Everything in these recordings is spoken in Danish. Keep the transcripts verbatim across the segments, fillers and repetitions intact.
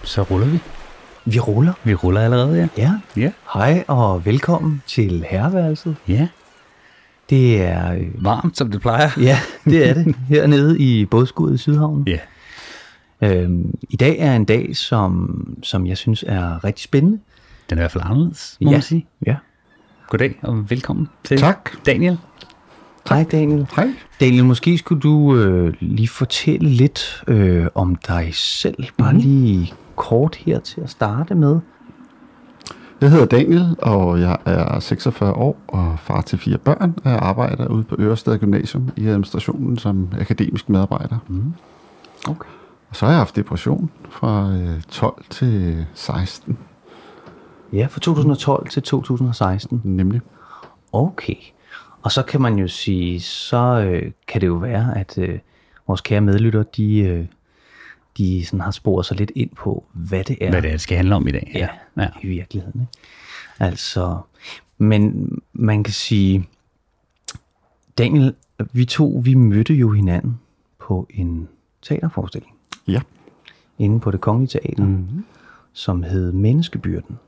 Så ruller vi. Vi ruller. Vi ruller allerede, ja. Ja. Ja. Hej og velkommen til herreværelset. Ja. Det er... Øh, Varmt, som det plejer. ja, det er det. Hernede i bådskuddet i Sydhavnen. Ja. Øhm, I dag er en dag, som, som jeg synes er rigtig spændende. Den er i hvert fald anderledes, må Ja. man sige. Ja. Goddag og velkommen til Tak. Daniel. Hej Daniel. Hej. Daniel, måske skulle du øh, lige fortælle lidt øh, om dig selv. Bare Mhm. lige kort her til at starte med. Jeg hedder Daniel, og jeg er seksogfyrre år og far til fire børn. Jeg arbejder ude på Ørestad Gymnasium i administrationen som akademisk medarbejder. Mm. Okay. Og så har jeg haft depression fra øh, tolv til seksten, Ja, fra to tusind og tolv til to tusind og seksten. nemlig. Okay. Og så kan man jo sige, så øh, kan det jo være, at øh, vores kære medlytter, de, øh, de sådan har sporet sig lidt ind på, hvad det er. Hvad det er, det skal handle om i dag. Ja, ja. i virkeligheden. Ikke? Altså, men man kan sige, Daniel, vi to, vi mødte jo hinanden på en teaterforestilling. Ja. Inde på Det Kongelige Teater, Mm-hmm. som hed Menneskebyrden.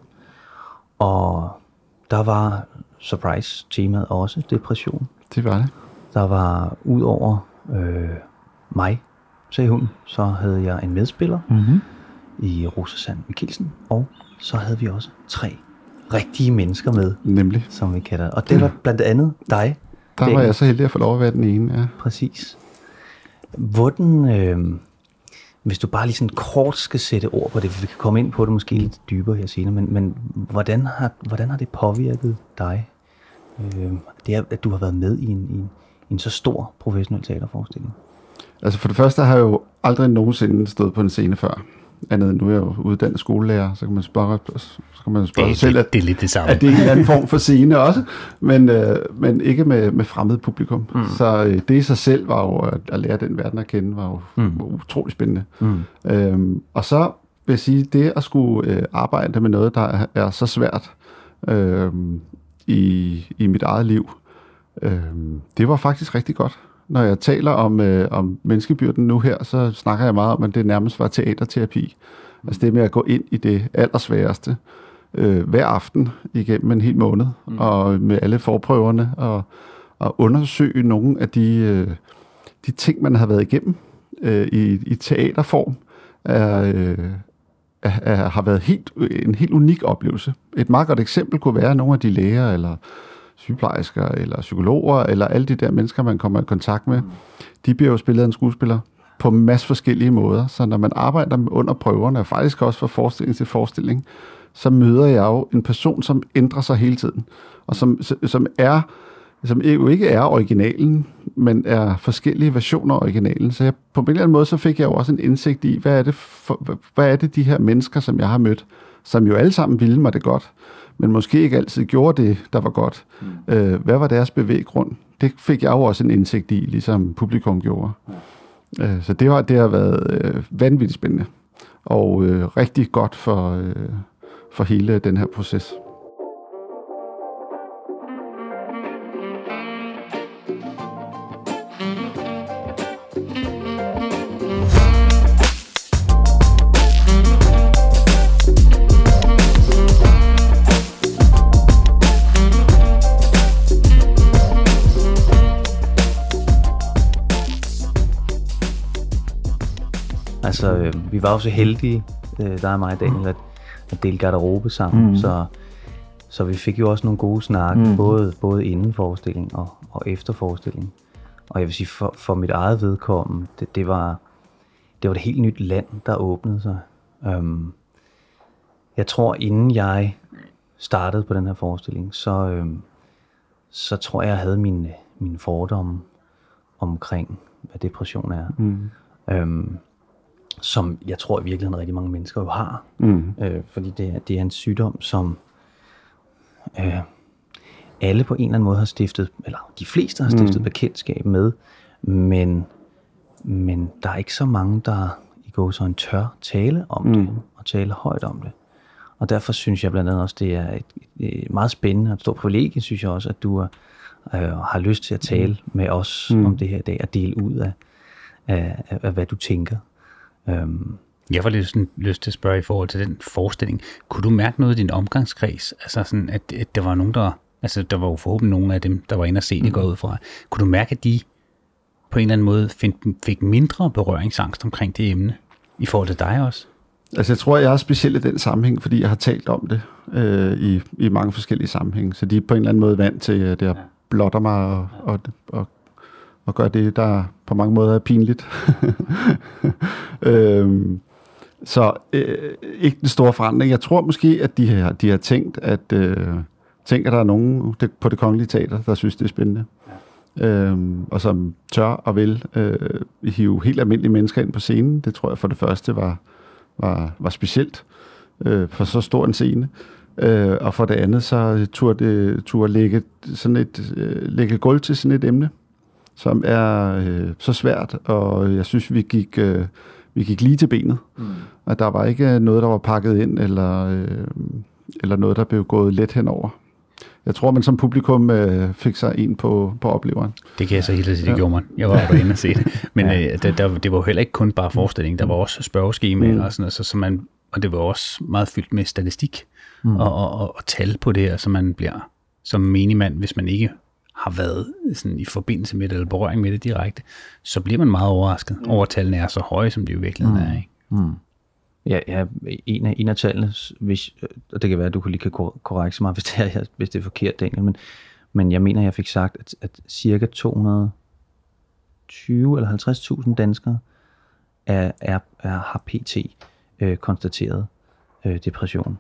Og der var, surprise, temaet også depression. Det var det. Der var ud over øh, mig, sagde hun, så havde jeg en medspiller Mm-hmm. i Rosa Sand Mikkelsen, og så havde vi også tre rigtige mennesker med, Nemlig. som vi kalder. Og det var blandt andet dig. Der var Daniel. jeg så heldig at få lov at være den ene, ja. Præcis. Hvordan, øh, hvis du bare lige sådan kort skal sætte ord på det, vi kan komme ind på det måske lidt dybere her senere, men, men hvordan, har, hvordan har det påvirket dig, øh, det er, at du har været med i en, i en, i en så stor professionel teaterforestilling? Altså for det første har jeg jo aldrig nogensinde stået på en scene før. Andet end nu er jeg jo uddannet skolelærer, så kan man spørge, så kan man spørge Det, sig selv, det, at det er lidt det samme. at det er en eller anden form for scene også, men, øh, men ikke med, med fremmed publikum. Mm. Så øh, det i sig selv var jo, at, at lære den verden at kende, var jo Mm. var utrolig spændende. Mm. Øhm, og så vil jeg sige, det at skulle øh, arbejde med noget, der er, er så svært øh, i, i mit eget liv, øh, det var faktisk rigtig godt. Når jeg taler om, øh, om menneskebyrden nu her, så snakker jeg meget om, at det nærmest var teaterterapi. Mm. Altså det med at gå ind i det allersværeste øh, hver aften igennem en hel måned, mm. og med alle forprøverne, og, og undersøge nogle af de, øh, de ting, man har været igennem øh, i, i teaterform, er, øh, er, er, har været helt, en helt unik oplevelse. Et meget godt eksempel kunne være nogle af de læger, eller sygeplejersker, eller psykologer, eller alle de der mennesker, man kommer i kontakt med. De bliver jo spillet af en skuespiller på en masse forskellige måder. Så når man arbejder under prøverne, og faktisk også fra forestilling til forestilling, så møder jeg jo en person, som ændrer sig hele tiden, og som, som er som jo ikke er originalen, men er forskellige versioner af originalen. Så jeg, på en eller anden måde, så fik jeg jo også en indsigt i, hvad er det, for, hvad er det de her mennesker, som jeg har mødt, som jo alle sammen ville mig det godt, men måske ikke altid gjorde det, der var godt. Mm. Øh, hvad var deres bevæggrund? Det fik jeg jo også en indsigt i, ligesom publikum gjorde. Ja. Øh, så det har, det har været øh, vanvittigt spændende, og øh, rigtig godt for, øh, for hele den her proces. Altså, øh, vi var jo så heldige, øh, der og mig og Daniel, at, at dele garderobe sammen, mm. så, så vi fik jo også nogle gode snakke, mm. både, både inden forestilling og, og efter forestilling. Og jeg vil sige, for, for mit eget vedkommende, det, det, var, det var et helt nyt land, der åbnede sig. Um, jeg tror, inden jeg startede på den her forestilling, så, øhm, så tror jeg, jeg havde mine, mine fordomme omkring, hvad depression er. Mm. Um, som jeg tror i virkeligheden rigtig mange mennesker jo har. Mm. Øh, fordi det er, det er en sygdom, som øh, alle på en eller anden måde har stiftet, eller de fleste har stiftet mm. bekendtskab med, men, men der er ikke så mange, der i går så en tør tale om mm. det, og tale højt om det. Og derfor synes jeg blandt andet også, det er et, et meget spændende og et stort privilegie, synes jeg også, at du er, øh, har lyst til at tale mm. med os mm. om det her i dag, og dele ud af, af, af, af hvad du tænker. Øhm, Jeg får lidt sådan, lyst til at spørge i forhold til den forestilling. Kunne du mærke noget i din omgangskreds? Altså sådan, at, at der var nogen, der... Altså, der var jo forhåbentlig nogle af dem, der var inde og se det, mm. går ud fra. Kunne du mærke, at de på en eller anden måde find, fik mindre berøringsangst omkring det emne, i forhold til dig også? Altså, jeg tror, jeg er speciel i den sammenhæng, fordi jeg har talt om det øh, i, i mange forskellige sammenhænge. Så de er på en eller anden måde vant til, at jeg blotter mig og, og, og, og gør det, der på mange måder er pinligt. øhm, så øh, ikke den store forandring. Jeg tror måske, at de har, de har tænkt, at... Øh, tænker, at der er nogen på Det Kongelige Teater, der synes, det er spændende. Ja. Øhm, og som tør og vil øh, hive helt almindelige mennesker ind på scenen. Det tror jeg for det første var, var, var specielt øh, for så stor en scene. Øh, og for det andet, så turde det turde lægge, sådan et, øh, lægge gulv til sådan et emne, som er øh, så svært, og jeg synes, vi gik, øh, vi gik lige til benet. Mm. Og der var ikke noget, der var pakket ind, eller, øh, eller noget, der blev gået let henover. Jeg tror, man som publikum øh, fik sig en på, på opleveren. Det kan jeg så helt sige, det ja. gjorde man. Jeg var oppe inde og se det. Men ja. øh, der, der, det var jo heller ikke kun bare forestilling. Der var også spørgeskema mm. og sådan noget, så, så man, og det var også meget fyldt med statistik mm. og, og, og, og tal på det her, så man bliver som menigmand, hvis man ikke har været sådan, i forbindelse med det, eller berøring med det direkte, så bliver man meget overrasket mm. over, at tallene er så høje, som de jo virkelig mm. er. Ikke? Mm. Ja, ja, en af, en af tallene, hvis, og det kan være, at du lige kan korrekte mig, hvis det er, hvis det er forkert, Daniel, men, men jeg mener, jeg fik sagt, at, at cirka to hundrede og tyve eller halvtreds tusind danskere er, er, er, har pt. Øh, konstateret øh, depression.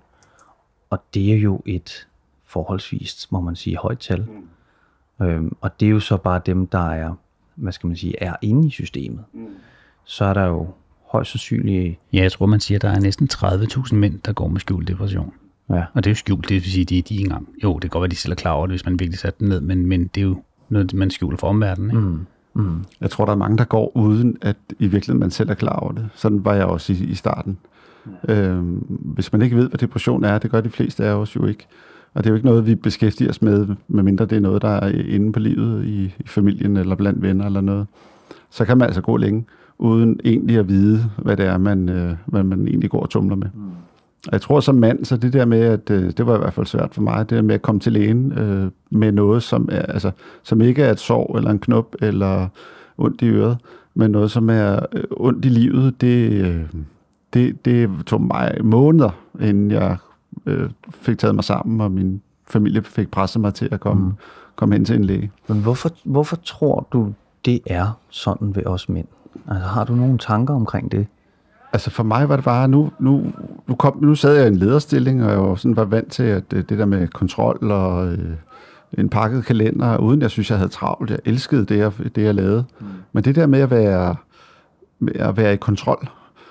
Og det er jo et forholdsvis, må man sige, højt tal. Mm. Øhm, og det er jo så bare dem, der er, hvad skal man sige, er inde i systemet. Mm. Så er der jo højst sandsynligt... Ja, jeg tror, man siger, at der er næsten tredive tusind mænd, der går med skjult depression. Ja. Og det er jo skjult, det vil sige, at de, de ikke engang... Jo, det kan godt være, de selv er klar over det, hvis man virkelig satte den ned, men, men det er jo noget, man skjuler for omverdenen. Ikke? Mm. Mm. Jeg tror, der er mange, der går uden, at i virkeligheden man selv er klar over det. Sådan var jeg også i, i starten. Ja. Øhm, hvis man ikke ved, hvad depression er, det gør de fleste af os jo ikke. Og det er jo ikke noget, vi beskæftiger os med, medmindre det er noget, der er inde på livet i, i familien eller blandt venner eller noget. Så kan man altså gå længe, uden egentlig at vide, hvad det er, man, øh, hvad man egentlig går og tumler med. Mm. Og jeg tror som mand, så det der med, at øh, det var i hvert fald svært for mig, det der med at komme til lægen øh, med noget, som, er, altså, som ikke er et sår eller en knop eller ondt i øret, men noget, som er øh, ondt i livet, det, øh, det, det tog mig måneder, inden jeg øh, fik taget mig sammen, og min familie fik presset mig til at komme, mm. komme hen til en læge. Men hvorfor, hvorfor tror du, det er sådan ved os mænd? Altså, har du nogle tanker omkring det? Altså for mig var det bare, nu, nu, nu, kom, nu sad jeg i en lederstilling, og jeg var, sådan, var vant til at det der med kontrol og øh, en pakket kalender, uden jeg synes, jeg havde travlt. Jeg elskede det, jeg, det, jeg lavede. Mm. Men det der med at være, med at være i kontrol,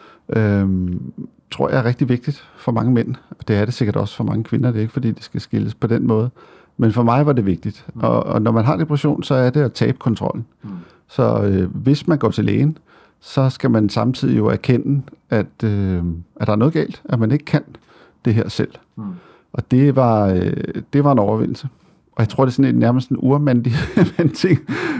øh, tror jeg er rigtig vigtigt for mange mænd. Det er det sikkert også for mange kvinder, det er ikke fordi, det skal skilles på den måde. Men for mig var det vigtigt. Mm. Og, og når man har depression, så er det at tabe kontrollen. Mm. Så øh, hvis man går til lægen, så skal man samtidig jo erkende, at, øh, at der er noget galt, at man ikke kan det her selv. Mm. Og det var, øh, det var en overvindelse. Og jeg tror, det er sådan en, nærmest en urmandig ting.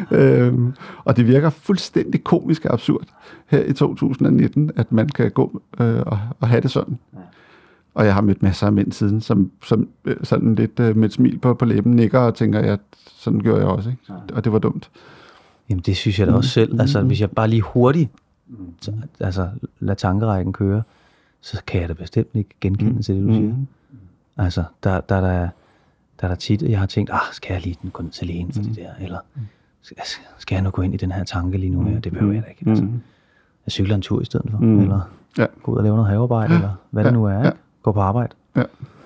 øhm, og det virker fuldstændig komisk og absurd her i to tusind nitten, at man kan gå øh, og, og have det sådan. Ja. Og jeg har mødt masser af mænd siden, som, som øh, sådan lidt øh, med et smil på, på læben nikker og tænker, at sådan gjorde jeg også. Ikke? Ja. Og det var dumt. Jamen det synes jeg da også selv. Altså hvis jeg bare lige hurtigt så, altså, lader tankerækken køre, så kan jeg da bestemt ikke genkende mm. til det, du siger. Mm. Altså der, der, der, der er der tit, jeg har tænkt, ah, skal jeg lige gå ned til lægen for mm. det der, eller skal, skal jeg nu gå ind i den her tanke lige nu, mm. ja, det behøver jeg da ikke. Altså, jeg cykler en tur i stedet for, mm. eller ja. gå ud og lave noget havearbejde, ja. eller hvad ja. det nu er, ikke? Gå på arbejde. Ja.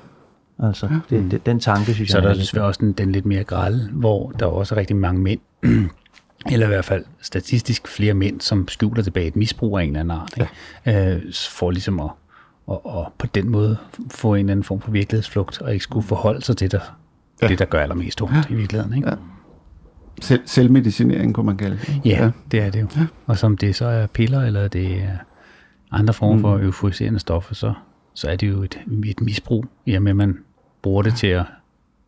Altså, det, det, den tanke, synes så jeg... Så er der desværre også den, den lidt mere grelle, hvor der også er rigtig mange mænd, eller i hvert fald statistisk flere mænd, som skjuler tilbage et misbrug af en eller anden art, ja. øh, for ligesom at og, og på den måde få en eller anden form for virkelighedsflugt, og ikke skulle forholde sig til det, ja. det der gør allermest ondt ja. i virkeligheden. Ikke? Ja. Selv, selvmedicinering kunne man kalde det. Ja, ja, det er det jo. Ja. Og som det så er piller, eller det er andre former for mm. euforiserende stoffer, så, så er det jo et, et misbrug, i og med at man bruger det til at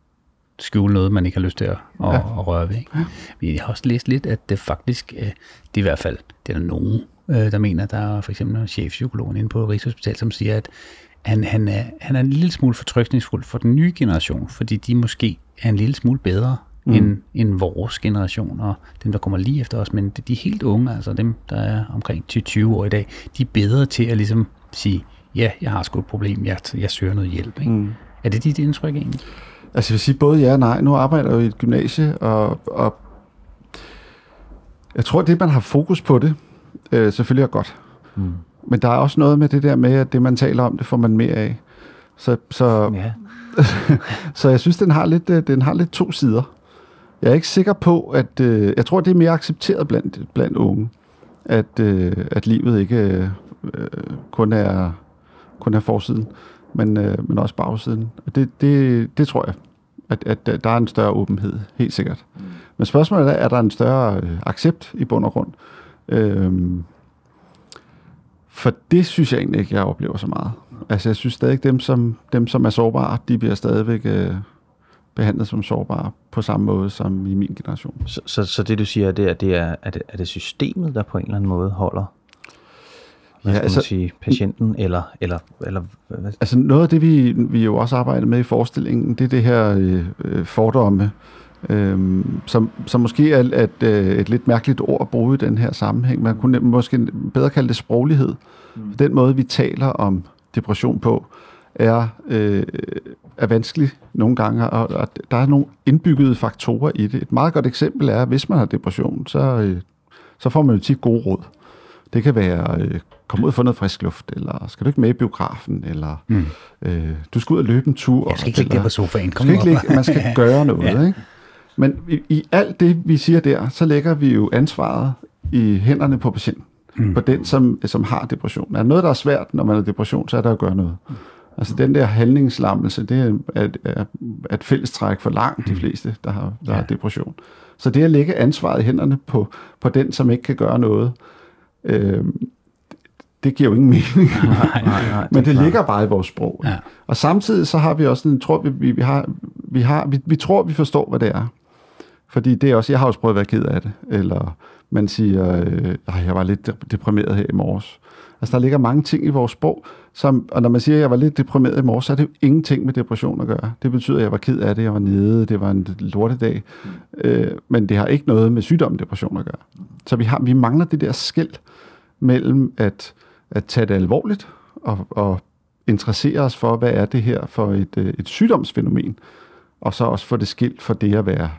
skjule noget, man ikke har lyst til at, at, ja. at røre ved. Ikke? Ja. Vi har også læst lidt, at det faktisk, det er i hvert fald, det er der nogen, øh, der mener, der er for eksempel chefpsykologen inde på Rigshospitalet, som siger, at han, han, er, han er en lille smule fortrykningsfuld for den nye generation, fordi de måske er en lille smule bedre mm. end, end vores generation, og dem, der kommer lige efter os, men de er helt unge, altså dem, der er omkring tyve år i dag, de er bedre til at ligesom sige, ja, jeg har sgu et problem, jeg, jeg søger noget hjælp. Ikke? Mm. Er det dit indtryk egentlig? Altså jeg vil sige både ja og nej. Nu arbejder jeg jo i et gymnasie, og, og jeg tror, det man har fokus på det, øh, selvfølgelig er godt. Mm. Men der er også noget med det der med, at det man taler om, det får man mere af. Så, så, ja. så jeg synes, den har, lidt, den har lidt to sider. Jeg er ikke sikker på, at øh, jeg tror, det er mere accepteret blandt, blandt unge, at, øh, at livet ikke øh, kun er kun er forsiden, men, øh, men også bagsiden. Det, det, det tror jeg, at, at der er en større åbenhed, helt sikkert. Mm. Men spørgsmålet er, er der en større øh, accept i bund og grund? Øhm, for det synes jeg egentlig ikke, jeg oplever så meget. Altså jeg synes stadig, dem som, dem, som er sårbare, de bliver stadigvæk øh, behandlet som sårbare på samme måde som i min generation. Så, så, så det du siger, det er, det er, er, det, er det systemet, der på en eller anden måde holder Hvad ja, altså, sige, patienten, eller, eller, eller hvad? Altså noget af det, vi, vi jo også arbejder med i forestillingen, det er det her øh, fordomme, øh, som, som måske er et, et lidt mærkeligt ord at bruge i den her sammenhæng. Man kunne måske bedre kalde det sproglighed. Mm. Den måde, vi taler om depression på, er, øh, er vanskelig nogle gange, og, og der er nogle indbyggede faktorer i det. Et meget godt eksempel er, at hvis man har depression, så, øh, så får man jo tit gode råd. Det kan være, øh, kom ud og få noget frisk luft, eller skal du ikke med i biografen, eller mm. øh, du skal ud og løbe en tur. Jeg skal ikke ligge der på sofaen. Kom ikke ligge, man skal gøre noget. Ja. Ikke? Men i, i alt det, vi siger der, så lægger vi jo ansvaret i hænderne på patienten. Mm. På den, som, som har depression. Er noget, der er svært, når man har depression, så er der at gøre noget. Mm. Altså den der handlingslammelse, det er, er, er, er et fællestræk for langt de fleste, der har, der ja. har depression. Så det at lægge ansvaret i hænderne på, på den, som ikke kan gøre noget, øh, det giver jo ingen mening. Nej, nej, nej, men det klar. ligger bare i vores sprog. Ja. Og samtidig så har vi også en, tror vi, vi, har, vi, har, vi, vi tror, vi forstår, hvad det er. Fordi det er også, jeg har også prøvet at være ked af det. Eller man siger, øh, jeg var lidt deprimeret her i morges. Altså der ligger mange ting i vores sprog, som, og når man siger, at jeg var lidt deprimeret i morges, så er det jo ingenting med depression at gøre. Det betyder, at jeg var ked af det, jeg var nede, det var en lortedag. Mm. Øh, men det har ikke noget med sygdom depression at gøre. Så vi, har, vi mangler det der skel mellem at, at tage det alvorligt og, og interessere os for, hvad er det her for et, et sygdomsfænomen, og så også få det skilt for det at være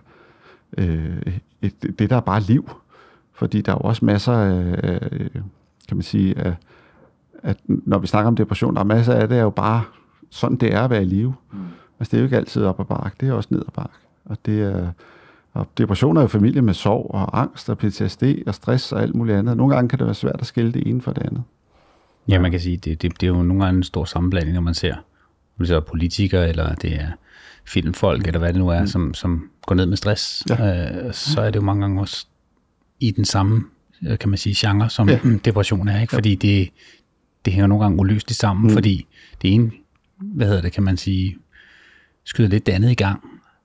øh, et, det, der er bare liv. Fordi der er jo også masser af, kan man sige, af, at når vi snakker om depression, der er masser af det, er jo bare sådan, det er at være i live. Mm. Altså det er jo ikke altid op ad bakke, det er også ned ad bakke. Og, det er, og depression er jo familie med sorg og angst og P T S D og stress og alt muligt andet. Nogle gange kan det være svært at skille det ene fra det andet. Ja, man kan sige, det, det, det er jo nogle gange en stor sammenblanding, når man ser, om det er politikere, eller det er filmfolk, eller hvad det nu er, mm. som, som går ned med stress. Ja. Øh, så er det jo mange gange også i den samme, kan man sige, genre, som ja. depression er, ikke? Fordi det, det hænger nogle gange uløseligt sammen, mm. fordi det ene, hvad hedder det, kan man sige, skyder lidt det andet i gang.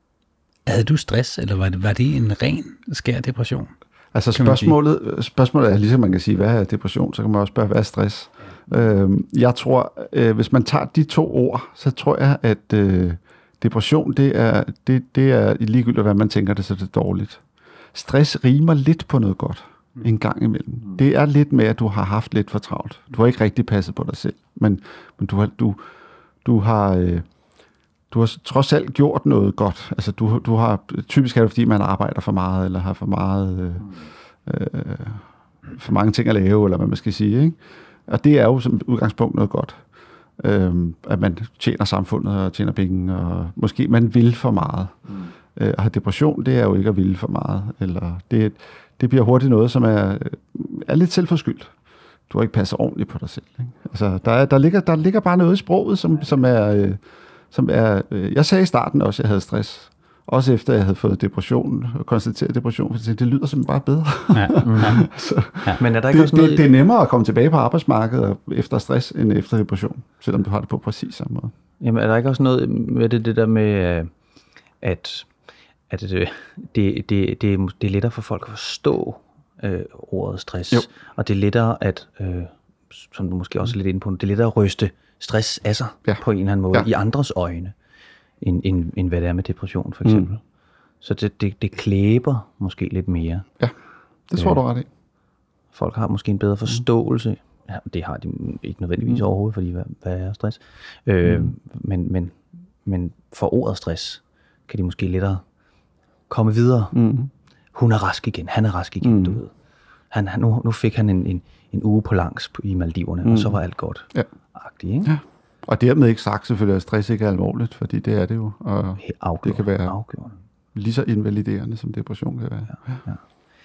Havde du stress, eller var det, var det en ren skær depression? Altså spørgsmålet, spørgsmålet er ligesom man kan sige, hvad er depression, så kan man også spørge, hvad er stress? Øh, jeg tror, øh, hvis man tager de to ord, så tror jeg, at øh, depression, det er, det, det er ligegyldigt, hvad man tænker det, så det er dårligt. Stress rimer lidt på noget godt en gang imellem. Det er lidt med, at du har haft lidt for travlt. Du har ikke rigtig passet på dig selv, men, men du har, du, du har, øh, du har trods alt gjort noget godt. Altså du, du har, typisk er det, fordi man arbejder for meget, eller har for meget, øh, øh, for mange ting at lave, eller hvad man skal sige, ikke? Og det er jo som udgangspunkt noget godt. Øh, at man tjener samfundet og tjener penge, og måske man vil for meget. Mm. At have depression, det er jo ikke at ville for meget, eller det, det bliver hurtigt noget, som er, er lidt selvforskyldt. Du har ikke passet ordentligt på dig selv. Ikke? Altså, der, der, ligger, der ligger bare noget i sproget, som, som er, som er... Jeg sagde i starten også, at jeg havde stress. Også efter jeg havde fået depression, og konstateret depression, for det lyder simpelthen bare bedre. Ja. Mm-hmm. Så, ja. Men er der ikke det, også noget... det, det er nemmere at komme tilbage på arbejdsmarkedet efter stress, end efter depression, selvom du har det på præcis samme måde. Jamen er der ikke også noget med det, det der med, at... at det, det, det, det er lettere for folk at forstå, øh, ordet stress. Jo. Og det er lettere at, øh, som du måske også er lidt inde på, det er lettere at ryste stress af sig Ja. på en eller anden måde Ja. i andres øjne, end, end, end hvad det er med depression for eksempel. Mm. Så det, det, det klæber måske lidt mere. Ja, det tror Øh. du ret i. Folk har måske en bedre forståelse. Ja, det har de ikke nødvendigvis mm. overhovedet, fordi hvad, hvad er stress? Øh, mm. men, men, men for ordet stress kan de måske lettere komme videre. Mm. Hun er rask igen, han er rask igen, mm. du ved. Han, han, nu, nu fik han en, en, en uge på langs i Maldiverne, mm. og så var alt godt. Ja. Agtigt, ikke? Ja. Og dermed ikke sagt selvfølgelig, at stress ikke er alvorligt, fordi det er det jo. Og Afgjort, det kan være afgjort. lige så invaliderende, som depression kan være. Ja, ja.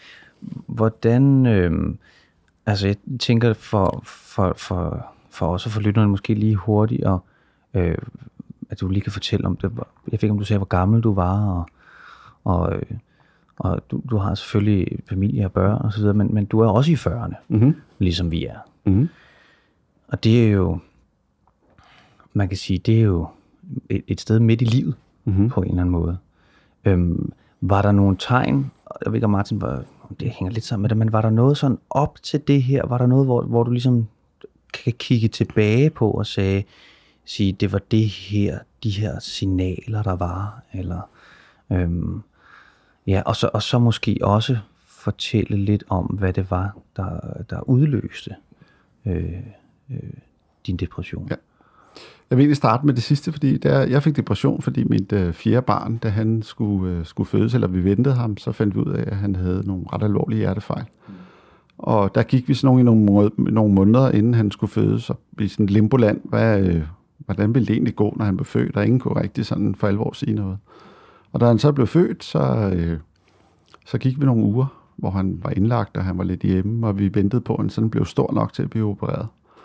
Hvordan, øh, altså jeg tænker for, for, for, for os og for lytterne måske lige hurtigt, og, øh, at du lige kan fortælle om det. Jeg fik om du sagde, hvor gammel du var, og, og, øh, og du, du har selvfølgelig familie og børn og så videre, men, men du er også i fyrrerne, Mm-hmm. ligesom vi er. Mm-hmm. Og det er jo, man kan sige, det er jo et, et sted midt i livet, Mm-hmm. på en eller anden måde. Øhm, var der nogle tegn, jeg ved ikke om Martin var, om det hænger lidt sammen med det, men var der noget sådan op til det her, var der noget, hvor, hvor du ligesom kan kigge tilbage på og sige, sige, det var det her, de her signaler, der var, eller øhm, ja, og så, og så måske også fortælle lidt om, hvad det var, der, der udløste øh, øh, din depression. Ja. Jeg vil egentlig starte med det sidste, fordi der, jeg fik depression, fordi mit øh, fjerde barn, da han skulle, øh, skulle fødes, eller vi ventede ham, så fandt vi ud af, at han havde nogle ret alvorlige hjertefejl. Mm. Og der gik vi sådan nogle, i nogle, må- nogle måneder, inden han skulle fødes, og i sådan et limboland, hvad, øh, hvordan ville det egentlig gå, når han blev født, og ingen kunne rigtig sådan for alvor sige noget. Og da han så blev født, så, øh, så gik vi nogle uger, hvor han var indlagt, og han var lidt hjemme, og vi ventede på, at han sådan blev stor nok til at blive opereret.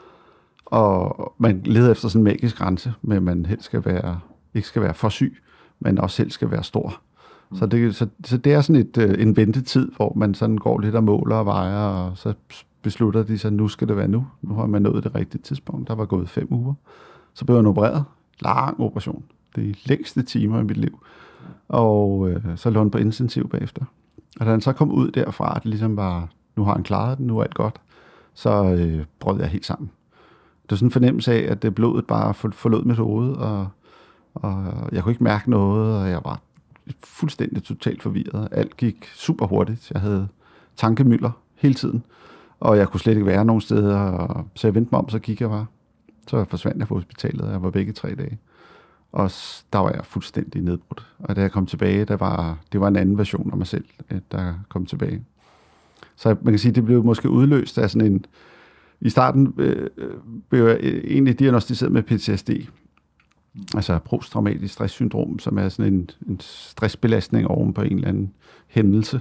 Og man leder efter sådan en magisk grænse, med at man helst skal være, ikke skal være for syg, men også helst skal være stor. Mm. Så, det, så, så det er sådan et, øh, en ventetid, hvor man sådan går lidt og måler og vejer, og så beslutter de sig, nu skal det være nu. Nu har man nået det rigtige tidspunkt. Der var gået fem uger. Så blev han opereret. Lang operation. Det længste timer i mit liv. Og øh, så lå han på intensiv bagefter. Og da han så kom ud derfra, at det ligesom var, nu har han klaret den, nu er alt godt, så øh, brød jeg helt sammen. Det var sådan en fornemmelse af, at det blodet bare forlod mit hoved, og, og jeg kunne ikke mærke noget, og jeg var fuldstændig totalt forvirret. Alt gik super hurtigt. Jeg havde tankemylder hele tiden, og jeg kunne slet ikke være nogen steder, og så jeg vendte mig om, så gik jeg bare. Så forsvandt jeg fra hospitalet, og jeg var væk i tre dage. Og der var jeg fuldstændig nedbrudt. Og da jeg kom tilbage, der var, det var en anden version af mig selv, der kom tilbage. Så man kan sige, det blev måske udløst af sådan en... I starten øh, blev jeg egentlig diagnosticeret med P T S D, altså posttraumatisk stresssyndrom, som er sådan en, en stressbelastning oven på en eller anden hændelse.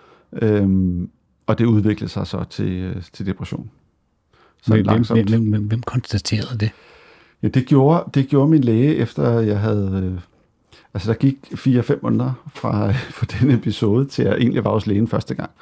Øhm, og det udviklede sig så til, til depression. Så hvem, langsomt. hvem, hvem, hvem konstaterede det? Ja, det gjorde, det gjorde min læge, efter jeg havde... Øh, altså, der gik fire-fem måneder fra, fra den episode, til jeg egentlig var hos lægen første gang.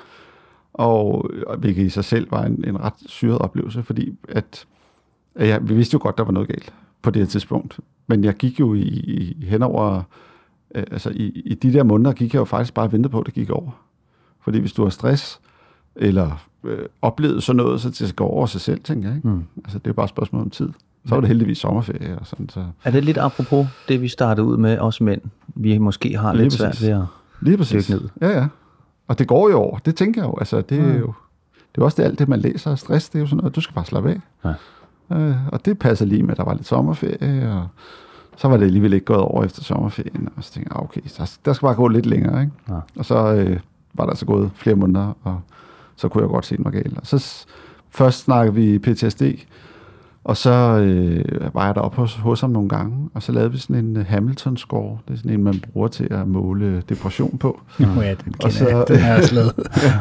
Og, og hvilket i sig selv var en, en ret syret oplevelse, fordi at, at jeg, vi vidste jo godt, der var noget galt på det her tidspunkt. Men jeg gik jo i, i henover... Øh, altså, i, i de der måneder gik jeg jo faktisk bare og ventede på, at det gik over. Fordi hvis du har stress, eller øh, oplevet sådan noget, så det skal gå over sig selv, tænker jeg. Ikke? Mm. Altså, det er bare et spørgsmål om tid. Så var det heldigvis sommerferie og sådan. Så. Er det lidt apropos det, vi startede ud med, os mænd? Vi måske har lidt svært ved at Lige præcis. dykke ned. Ja, ja. Og det går jo over. Det tænker jeg jo. Altså, det er mm. jo det er også det, alt det, man læser. Stress, det er jo sådan noget, du skal bare slappe af. Ja. Øh, og det passer lige med, at der var lidt sommerferie, og så var det alligevel ikke gået over efter sommerferien. Og så tænkte jeg, okay, der, der skal bare gå lidt længere. Ikke? Ja. Og så øh, var der så gået flere måneder, og så kunne jeg godt se, den var galt. Og så først snakkede vi P T S D, og så øh, var jeg deroppe hos, hos ham nogle gange, og så lavede vi sådan en Hamilton-score. Det er sådan en, man bruger til at måle depression på. Ja, den kender og så, jeg. Den har jeg slået.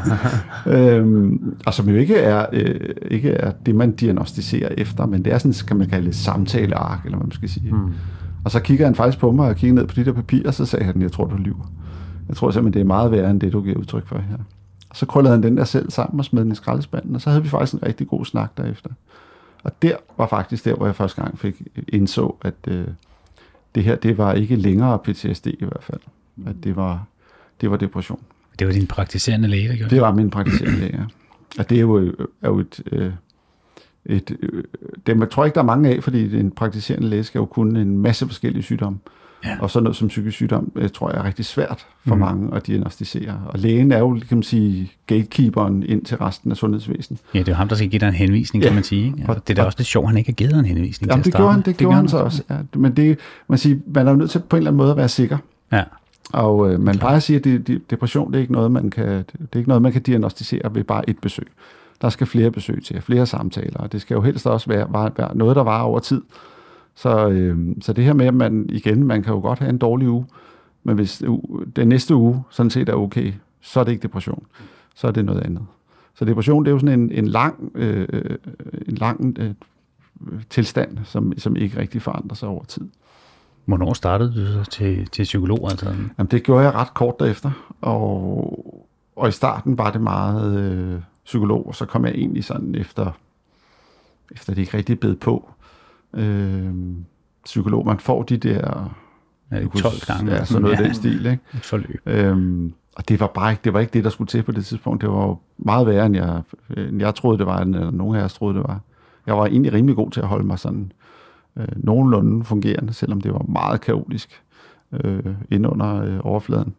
øhm, og som jo ikke er, øh, ikke er det, man diagnostiserer efter, men det er sådan, kan man kalde det samtaleark, eller hvad man skal sige. Mm. Og så kigger han faktisk på mig og kigger ned på de der papirer, og så sagde han, jeg tror, du lyver. Jeg tror simpelthen, det er meget værre, end det, du giver udtryk for her. Og så krøllede han den der selv sammen og smed den i skraldespanden, og så havde vi faktisk en rigtig god snak derefter. Og der var faktisk der, hvor jeg første gang fik indså, at øh, det her, det var ikke længere P T S D i hvert fald. At det var, det var depression. Det var din praktiserende læge, der gjorde det? Det var min praktiserende læge, ja. Og det er jo, er jo et... Øh, et øh, det jeg tror ikke, der er mange af, fordi en praktiserende læge skal jo kunne en masse forskellige sygdomme. Ja. Og sådan noget som psykisk sygdom, jeg tror jeg er rigtig svært for mm. mange at diagnostisere. Og lægen er jo, kan man sige, gatekeeperen ind til resten af sundhedsvæsenet. Ja, det er jo ham, der skal give dig en henvisning, ja. kan man sige. Ja, det er da også lidt sjovt, at han ikke har givet dig en henvisning. Jamen, til det gjorde han, det, det gjorde han så også. Ja, men det, man, siger, man er jo nødt til på en eller anden måde at være sikker. Ja. Og øh, man plejer at sige, at det, det, depression det er, ikke noget, man kan, det er ikke noget, man kan diagnostisere ved bare et besøg. Der skal flere besøg til, flere samtaler, og det skal jo helst også være, være, være noget, der varer over tid. Så, øh, så det her med, at man igen, man kan jo godt have en dårlig uge, men hvis uh, den næste uge sådan set er okay, så er det ikke depression. Så er det noget andet. Så depression, det er jo sådan en, en lang, øh, en lang øh, tilstand, som, som ikke rigtig forandrer sig over tid. Hvornår startede du så til, til psykolog? Altså? Jamen, det gjorde jeg ret kort derefter, og, og i starten var det meget øh, psykolog, og så kom jeg egentlig sådan efter, efter det ikke rigtig bed på. Øh, psykolog, man får de der ja, tolv gange, ja, sådan noget ja, den stil, ikke? Et forløb. Øhm, og det var bare ikke det var ikke det der skulle til på det tidspunkt. Det var jo meget værre end jeg end jeg troede det var, eller nogen af jer troede det var. Jeg var egentlig rimelig god til at holde mig sådan øh, nogenlunde fungerende, selvom det var meget kaotisk øh, inde under øh, overfladen.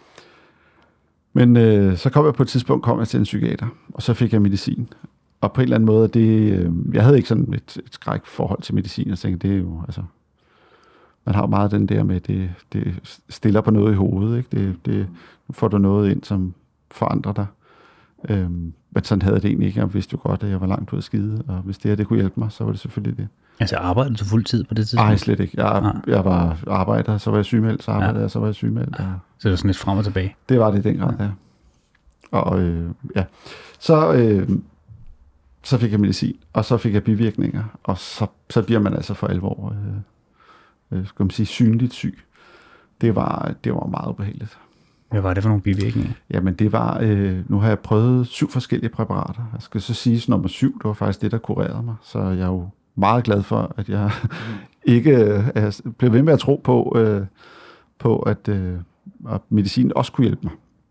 Men øh, så kom jeg på et tidspunkt kom jeg til en psykiater, og så fik jeg medicin. Og på en eller anden måde, det, øh, jeg havde ikke sådan et, et skræk forhold til medicin, og tænkte, det er jo, altså, man har jo meget den der med, det, det stiller på noget i hovedet, ikke? Det, det, nu får du noget ind, som forandrer dig. Øhm, men sådan havde det egentlig ikke. Jeg vidste jo godt, at jeg var langt ud af skide, og hvis det her, det kunne hjælpe mig, så var det selvfølgelig det. Altså arbejdede du fuld tid på det tidspunkt? Nej, slet ikke. Jeg, ah. jeg var arbejder, så var jeg sygemeldt, så arbejdede ja. jeg, så var jeg sygemeldt. Og... Så det var sådan lidt frem og tilbage? Det var det i den grad, ja. Og øh, ja, så... Øh, Så fik jeg medicin, og så fik jeg bivirkninger, og så, så bliver man altså for alvor øh, øh, skal man sige, synligt syg. Det var, det var meget ubehageligt. Hvad var det for nogle bivirkninger? Jamen det var, øh, nu har jeg prøvet syv forskellige præparater. Jeg skal så sige, at nummer syv, det var faktisk det, der kurerede mig. Så jeg er jo meget glad for, at jeg ikke øh, blev ved med at tro på, øh, på at, øh, at medicin også kunne hjælpe mig.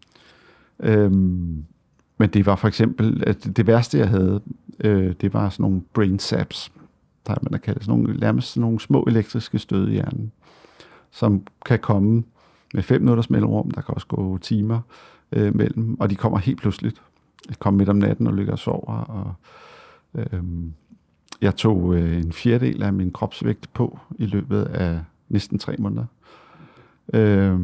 Øhm, Men det var for eksempel, at det værste, jeg havde, øh, det var sådan nogle brain zaps, der man har kaldt sådan nogle, nærmest sådan nogle små elektriske stød i hjernen, som kan komme med fem minutters mellemrum, der kan også gå timer øh, mellem, og de kommer helt pludseligt. De kommer midt om natten og ligger og sover, og øh, jeg tog øh, en fjerdedel af min kropsvægt på i løbet af næsten tre måneder. Øh,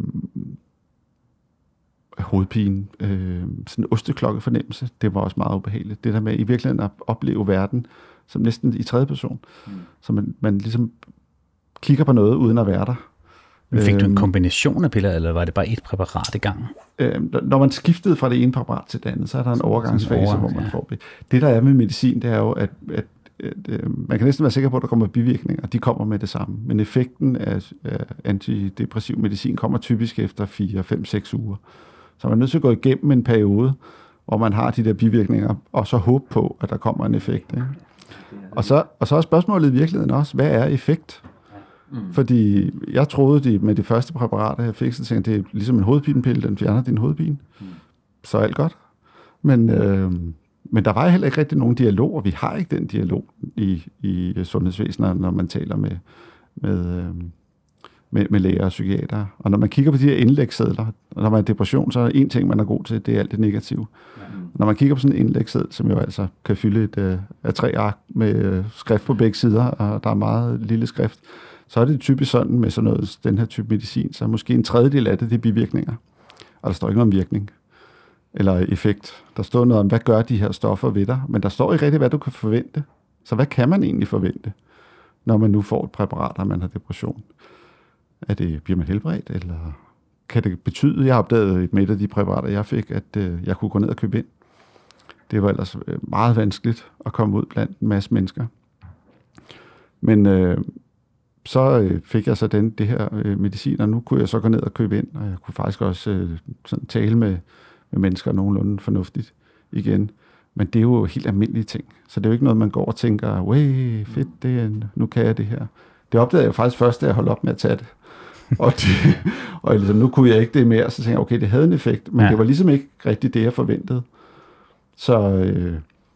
hovedpine, øh, sådan en osteklokke fornemmelse, det var også meget ubehageligt. Det der med i virkeligheden at opleve verden som næsten i tredje person. Mm. Så man, man ligesom kigger på noget uden at være der. Men fik du en kombination af piller, eller var det bare et præparat i gangen? Øh, når man skiftede fra det ene præparat til det andet, så er der en overgangsfase, overgang, hvor man ja. får det. Det der er med medicin, det er jo, at, at, at, at man kan næsten være sikker på, at der kommer bivirkninger, og de kommer med det samme. Men effekten af, af antidepressiv medicin kommer typisk efter fire, fem, seks uger. Så man er nødt til at gå igennem en periode, hvor man har de der bivirkninger, og så håbe på, at der kommer en effekt. Ikke? Og, så, og så er spørgsmålet i virkeligheden også, hvad er effekt? Mm. Fordi jeg troede, de, med de første præparater, jeg fik, så tænkte det er ligesom en hovedpinepille, den fjerner din hovedpine. Mm. Så er alt godt. Men, øh, men der var heller ikke rigtig nogen dialog, og vi har ikke den dialog i, i sundhedsvæsenet, når man taler med, med, øh, med, med læger og psykiater. Og når man kigger på de her indlægssedler, og når man er depression, så er der en ting, man er god til, det er alt det negative. Mm. Når man kigger på sådan en indlægsseddel, som jo altså kan fylde et øh, af tre ark med øh, skrift på begge sider, og der er meget lille skrift, så er det typisk sådan med sådan noget, den her type medicin, så måske en tredjedel af det, det er bivirkninger. Og der står ikke noget om virkning eller effekt. Der står noget om, hvad gør de her stoffer ved dig, men der står ikke rigtig, hvad du kan forvente. Så hvad kan man egentlig forvente, når man nu får et præparat, og man har depression? Er det, bliver man helbredt, eller kan det betyde, jeg har opdaget med et af de præparater, jeg fik, at øh, jeg kunne gå ned og købe ind. Det var ellers meget vanskeligt at komme ud blandt en masse mennesker. Men øh, så øh, fik jeg så den, det her øh, medicin, og nu kunne jeg så gå ned og købe ind, og jeg kunne faktisk også øh, sådan tale med, med mennesker nogenlunde fornuftigt igen. Men det er jo helt almindelige ting, så det er jo ikke noget, man går og tænker, way, fedt, det er, nu kan jeg det her. Det opdagede jeg faktisk først, da jeg holdt op med at tage det. og, det, og ligesom, nu kunne jeg ikke det mere, så tænkte jeg, okay, det havde en effekt, men ja. det var ligesom ikke rigtigt det, jeg forventede. Så, øh,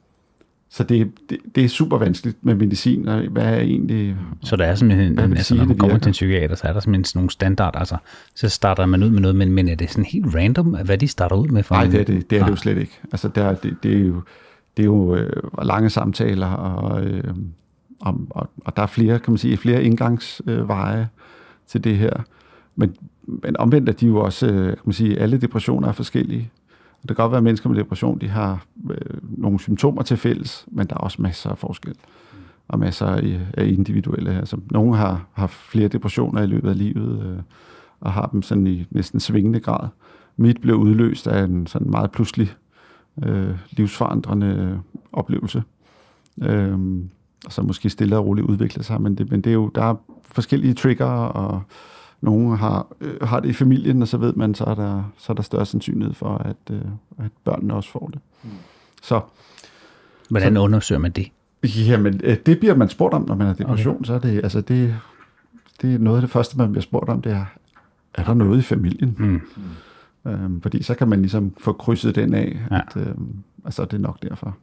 så det, det, det er super vanskeligt med medicin, og hvad er egentlig... Så der er simpelthen, altså sige, når man kommer virker? til en psykiater, så er der simpelthen sådan nogle standard, altså så starter man ud med noget, men, men er det sådan helt random, hvad de starter ud med? For Nej, en, det er det, det, er det jo slet ikke. Altså, der, det, det er jo, det er jo øh, lange samtaler, og, øh, og, og, og der er flere, kan man sige, flere indgangsveje øh, til det her. Men, men omvendt er de jo også, øh, kan man sige, alle depressioner er forskellige. Det kan godt være, at mennesker med depression, de har øh, nogle symptomer til fælles, men der er også masser af forskel. Og masser af, af individuelle. Altså, nogle har, har flere depressioner i løbet af livet, øh, og har dem sådan i næsten svingende grad. Mit blev udløst af en sådan meget pludselig øh, livsforandrende oplevelse. Øh, og så måske stille og roligt udvikle sig, men det, men det er jo, der er forskellige trigger, og nogle har, øh, har det i familien, og så ved man, så er der, så er der større sandsynlighed for, at, øh, at børnene også får det. Mm. Så, Hvordan så, undersøger man det? Jamen, det bliver man spurgt om, når man har depression. Okay. Så er det, altså det, det er noget af det første, man bliver spurgt om, det er, er der noget i familien? Mm. Øhm, fordi så kan man ligesom få krydset den af, ja. at øhm, altså det er nok derfor.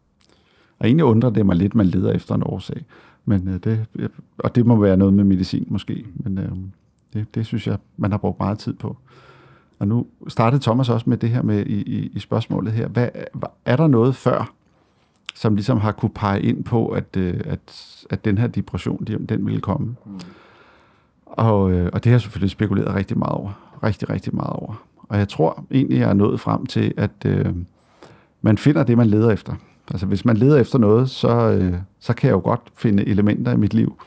Og egentlig undrer det mig lidt, man leder efter en årsag. Men, øh, det, og det må være noget med medicin måske, men øh, det, det synes jeg, man har brugt meget tid på. Og nu startede Thomas også med det her med i, i, i spørgsmålet her. Hvad, er der noget før, som ligesom har kunne pege ind på, at, at, at den her depression, den ville komme? Mm. Og, og det har jeg selvfølgelig spekuleret rigtig meget over. Rigtig, rigtig meget over. Og jeg tror egentlig, jeg er nået frem til, at øh, man finder det, man leder efter. Altså hvis man leder efter noget, så, øh, så kan jeg jo godt finde elementer i mit liv,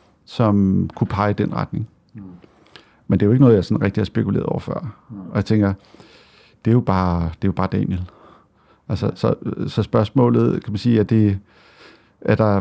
som kunne pege i den retning. Mm. Men det er jo ikke noget, jeg sådan rigtig har spekuleret over før. Mm. Og jeg tænker, det er jo bare, det er jo bare Daniel. Altså, så, så spørgsmålet, kan man sige, at det, er der,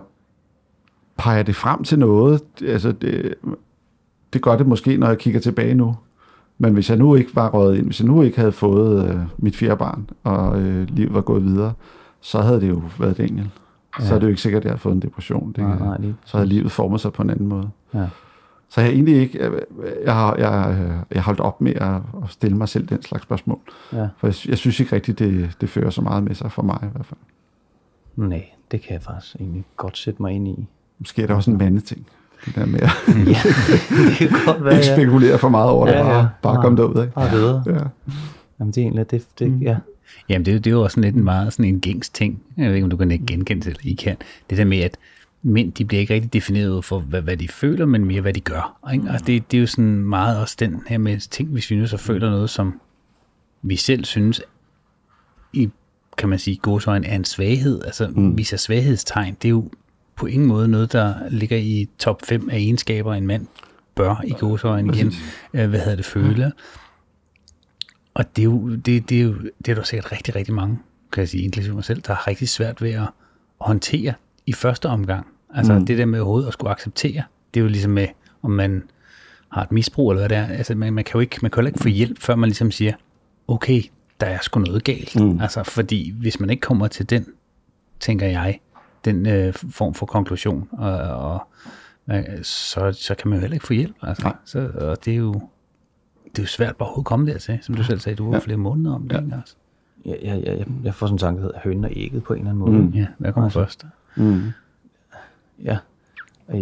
peger det frem til noget? Altså, det, det gør det måske, når jeg kigger tilbage nu. Men hvis jeg nu ikke var røget ind, hvis jeg nu ikke havde fået øh, mit fjerde barn, og øh, livet var gået videre, så havde det jo været Daniel. Ja. Så er det jo ikke sikkert, at jeg har fået en depression. Det, nej, nej, så havde livet formet sig på en anden måde. Ja. Så jeg har egentlig ikke, jeg har, jeg, jeg har holdt op med at, at stille mig selv den slags spørgsmål. Ja. For jeg, jeg synes ikke rigtigt, det, det fører så meget med sig for mig i hvert fald. Nej, det kan jeg faktisk egentlig godt sætte mig ind i. Måske er der også en mandeting. Det der med at ja, det kan godt være, ikke spekulere for meget over det, ja, ja. bare, bare komme derud. Ikke? Bare videre. Ja. Jamen det er egentlig, det, det mm. ja. Jamen det, det er jo også sådan lidt en meget sådan en gængs ting. Jeg ved ikke, om du kan ikke genkende det, eller I kan. Det der med, at mænd, de bliver ikke rigtig defineret for, hvad, hvad de føler, men mere, hvad de gør. Ikke? Og det, det er jo sådan meget også den her med ting, hvis vi nu så føler noget, som vi selv synes, i, kan man sige, gåseøjne er en svaghed, altså mm. viser svaghedstegn, det er jo på ingen måde noget, der ligger i top fem af egenskaber, en mand bør i gåseøjne igen, hvad hedder det, føle. Og det er jo, det, det er jo, det er der sikkert rigtig, rigtig mange, kan jeg sige, inklusive mig selv, der har rigtig svært ved at håndtere i første omgang. Altså mm. det der med overhovedet at skulle acceptere, det er jo ligesom med, om man har et misbrug eller hvad det er. Altså man, man kan jo ikke, man kan jo ikke få hjælp, før man ligesom siger, okay, der er sgu noget galt. Mm. Altså fordi hvis man ikke kommer til den, tænker jeg, den øh, form for konklusion, og, og så, så kan man jo heller ikke få hjælp. Altså. Så, og det er jo det er jo svært bare at komme dertil, som du selv sagde, du var ja. flere måneder om det. Ja. Altså. Ja, ja, ja, jeg, jeg får sådan en tanke, der hedder hønen og ægget på en eller anden måde. Mm. Ja, hvad kommer altså. først? Mm. Ja. Ej.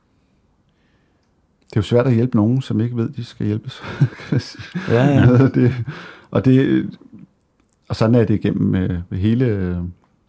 Det er jo svært at hjælpe nogen, som ikke ved, de skal hjælpes. ja, ja. det, og, det, og sådan er det igennem øh, hele,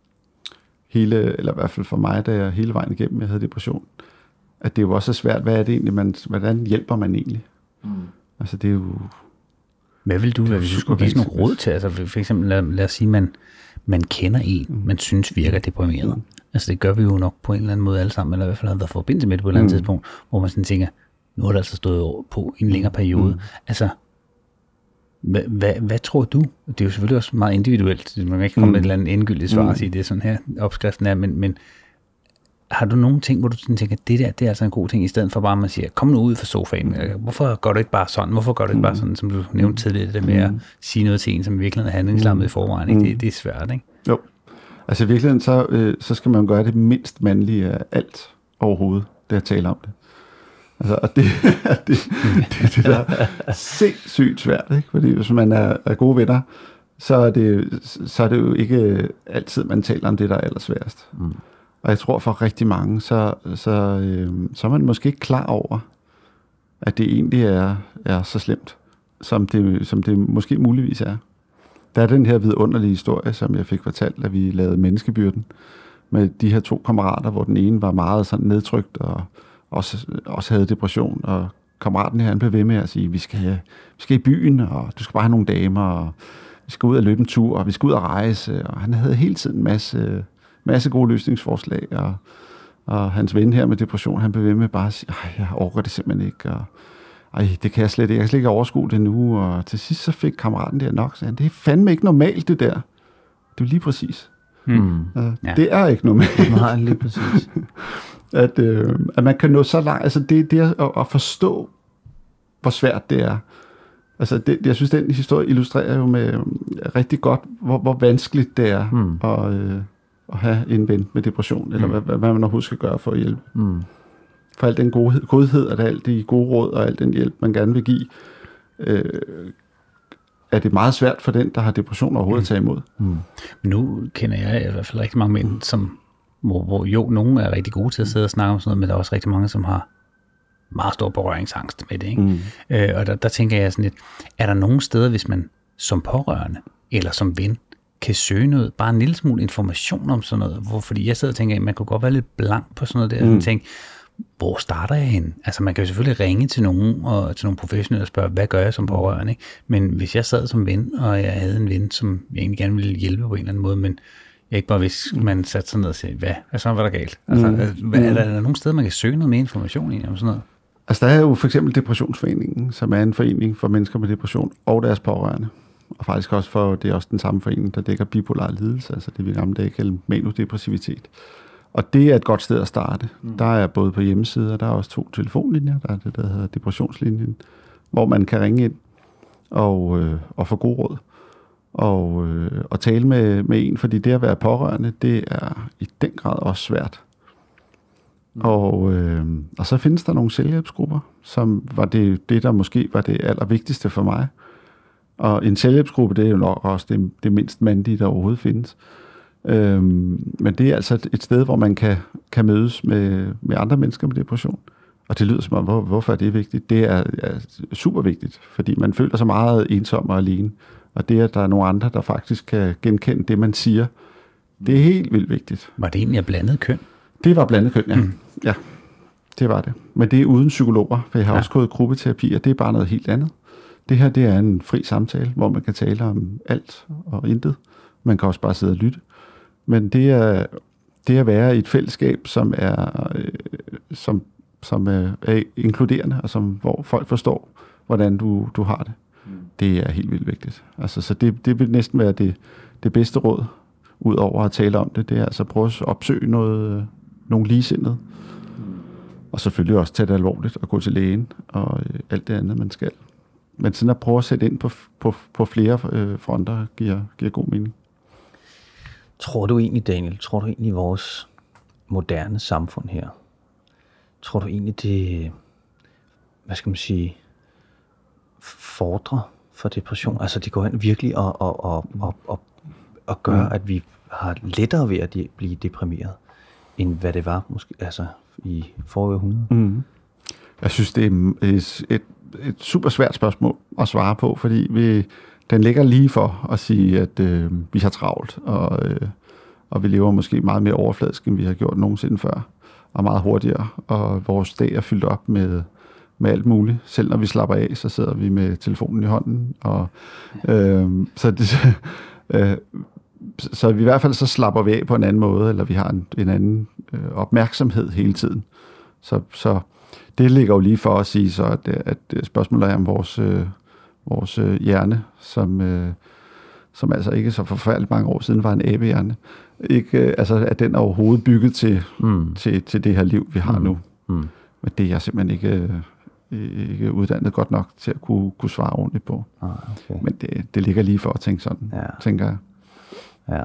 hele, eller i hvert fald for mig, da jeg hele vejen igennem, jeg havde depression, at det er jo også svært, hvad er det egentlig, man, hvordan hjælper man egentlig? Mm. Altså det er jo... Hvad vil du, hvad, hvis du skulle give sådan nogle råd til? Altså for eksempel, lad, lad os sige, man, man kender en, mm. man synes virker deprimeret. Mm. Altså det gør vi jo nok på en eller anden måde alle sammen, eller i hvert fald har været forbindelse med det på et eller andet mm. tidspunkt, hvor man sådan tænker, nu er det altså stået på i en længere periode. Mm. Altså, hvad, hvad, hvad tror du? Det er jo selvfølgelig også meget individuelt. Man kan ikke komme mm. med et eller andet endegyldigt svar og sige, det er sådan her, opskriften er, men, men har du nogle ting, hvor du sådan tænker, det der, det er altså en god ting, i stedet for bare, at man siger, kom nu ud fra sofaen. Hvorfor gør du ikke bare sådan? Hvorfor gør du ikke bare sådan, som du nævnte tidligere, det med at sige noget til en, som virkelig er handlingslammet i forvejen? Ikke? Det, det er svært, ikke? Jo. Altså i virkeligheden, så, øh, så skal man gøre det mindst mandlige af alt overhovedet, det at tale om det. Altså, og det, det, det, det, det der er sindssygt svært, ikke? Fordi hvis man er, er gode venner, så er, det, så er det jo ikke altid, man taler om det, der er allersværest. Mm. Og jeg tror for rigtig mange, så, så, øh, så er man måske ikke klar over, at det egentlig er, er så slemt, som det, som det måske muligvis er. Der er den her vidunderlige historie, som jeg fik fortalt, at vi lavede Menneskebyrden med de her to kammerater, hvor den ene var meget sådan nedtrykt og også, også havde depression, og kammeraten her, han blev ved med at sige, vi skal, vi skal i byen, og du skal bare have nogle damer, og vi skal ud og løbe en tur, og vi skal ud og rejse, og han havde hele tiden en masse, masse gode løsningsforslag, og, og hans ven her med depression, han blev ved med bare at sige, jeg orker det simpelthen ikke, og ej, det kan jeg slet ikke, jeg kan slet ikke overskue det nu, og til sidst så fik kammeraten der nok, så han, det er fandme ikke normalt det der, det er lige præcis. Hmm. Uh, ja. Det er ikke normalt. Nej, lige præcis. At, øh, at man kan nå så langt, altså det, det at, at forstå, hvor svært det er. Altså det, jeg synes, den historie illustrerer jo med øh, rigtig godt, hvor, hvor vanskeligt det er mm. at, øh, at have en ven med depression, eller mm. hvad, hvad man overhovedet skal gøre for at hjælpe. Mm. For al den godhed, godhed og alt de gode råd og al den hjælp, man gerne vil give, øh, er det meget svært for den, der har depression overhovedet mm. at tage imod. Mm. Nu kender jeg i hvert fald rigtig mange mænd, som Hvor, hvor jo, nogle er rigtig gode til at sidde og snakke om sådan noget, men der er også rigtig mange, som har meget stor berøringsangst med det. Ikke? Mm. Øh, og der, der tænker jeg sådan lidt, er der nogle steder, hvis man som pårørende eller som ven kan søge noget, bare en lille smule information om sådan noget, hvor, fordi jeg sidder og tænker, at man kunne godt være lidt blank på sådan noget der, mm. og tænke, hvor starter jeg hen? Altså man kan jo selvfølgelig ringe til nogen, og til nogle professionelle og spørge, hvad gør jeg som pårørende? Ikke? Men hvis jeg sad som ven, og jeg havde en ven, som jeg egentlig gerne ville hjælpe på en eller anden måde, men ikke bare hvis man satte sig ned og sagde, hvad, hvad så var der galt? Altså, mm. er, er, der, er der nogle steder, man kan søge noget mere information i om sådan noget? Altså der er jo for eksempel Depressionsforeningen, som er en forening for mennesker med depression og deres pårørende. Og faktisk også for, det er også den samme forening, der dækker bipolar lidelse, altså det vi gamle dage kalder manodepressivitet. Og det er et godt sted at starte. Mm. Der er både på hjemmesider, der er også to telefonlinjer, der er det, der hedder depressionslinjen, hvor man kan ringe ind og, øh, og få god råd. Og, øh, og tale med, med en, fordi det at være pårørende, det er i den grad også svært. Mm. Og, øh, og så findes der nogle selvhjælpsgrupper, som var det, det, der måske var det allervigtigste for mig. Og en selvhjælpsgruppe, det er jo nok også det, det mindst mandige, der overhovedet findes. Øhm, men det er altså et, et sted, hvor man kan, kan mødes med, med andre mennesker med depression. Og det lyder som om, hvor, hvorfor er det vigtigt? Det er, er super vigtigt, fordi man føler sig meget ensom og alene. Og det, at der er nogle andre, der faktisk kan genkende det, man siger, det er helt vildt vigtigt. Var det egentlig af blandet køn? Det var blandet køn, ja. Mm. Ja, det var det. Men det er uden psykologer, for jeg har ja. også gået gruppeterapi, og det er bare noget helt andet. Det her, det er en fri samtale, hvor man kan tale om alt og intet. Man kan også bare sidde og lytte. Men det er det at være i et fællesskab, som er, øh, som, som er, er inkluderende, og som, hvor folk forstår, hvordan du, du har det. Mm. Det er helt vildt vigtigt. Altså, så det, det vil næsten være det, det bedste råd, ud over at tale om det. Det er altså at prøve at opsøge noget, nogle ligesindede. Mm. Og selvfølgelig også tage det alvorligt og gå til lægen og øh, alt det andet, man skal. Men sådan at prøve at sætte ind på, på, på flere øh, fronter giver, giver god mening. Tror du egentlig, Daniel, tror du egentlig i vores moderne samfund her, tror du egentlig det, hvad skal man sige, fordrer for depression? Altså det går hen virkelig og, og, og, og, og, og gør, mm. at vi har lettere ved at de, blive deprimeret, end hvad det var måske altså i forrige århundrede? Mm. Jeg synes, det er et, et, et super svært spørgsmål at svare på, fordi vi, den ligger lige for at sige, at øh, vi har travlt, og, øh, og vi lever måske meget mere overfladisk, end vi har gjort nogensinde før, og meget hurtigere, og vores dag er fyldt op med, med alt muligt. Selv når vi slapper af, så sidder vi med telefonen i hånden, og øh, så, det, øh, så vi i hvert fald så slapper vi af på en anden måde, eller vi har en, en anden øh, opmærksomhed hele tiden. Så, så det ligger jo lige for at sige, så at, at spørgsmålet er om vores, øh, vores øh, hjerne, som, øh, som altså ikke så forfærdeligt mange år siden var en abehjerne, ikke, øh, altså at den er overhovedet bygget til, mm. til, til det her liv, vi har mm. nu. Mm. Men det er jeg simpelthen ikke, øh, ikke uddannet godt nok til at kunne, kunne svare ordentligt på. Ah, okay. Men det, det ligger lige for at tænke sådan, ja. tænker jeg. Ja,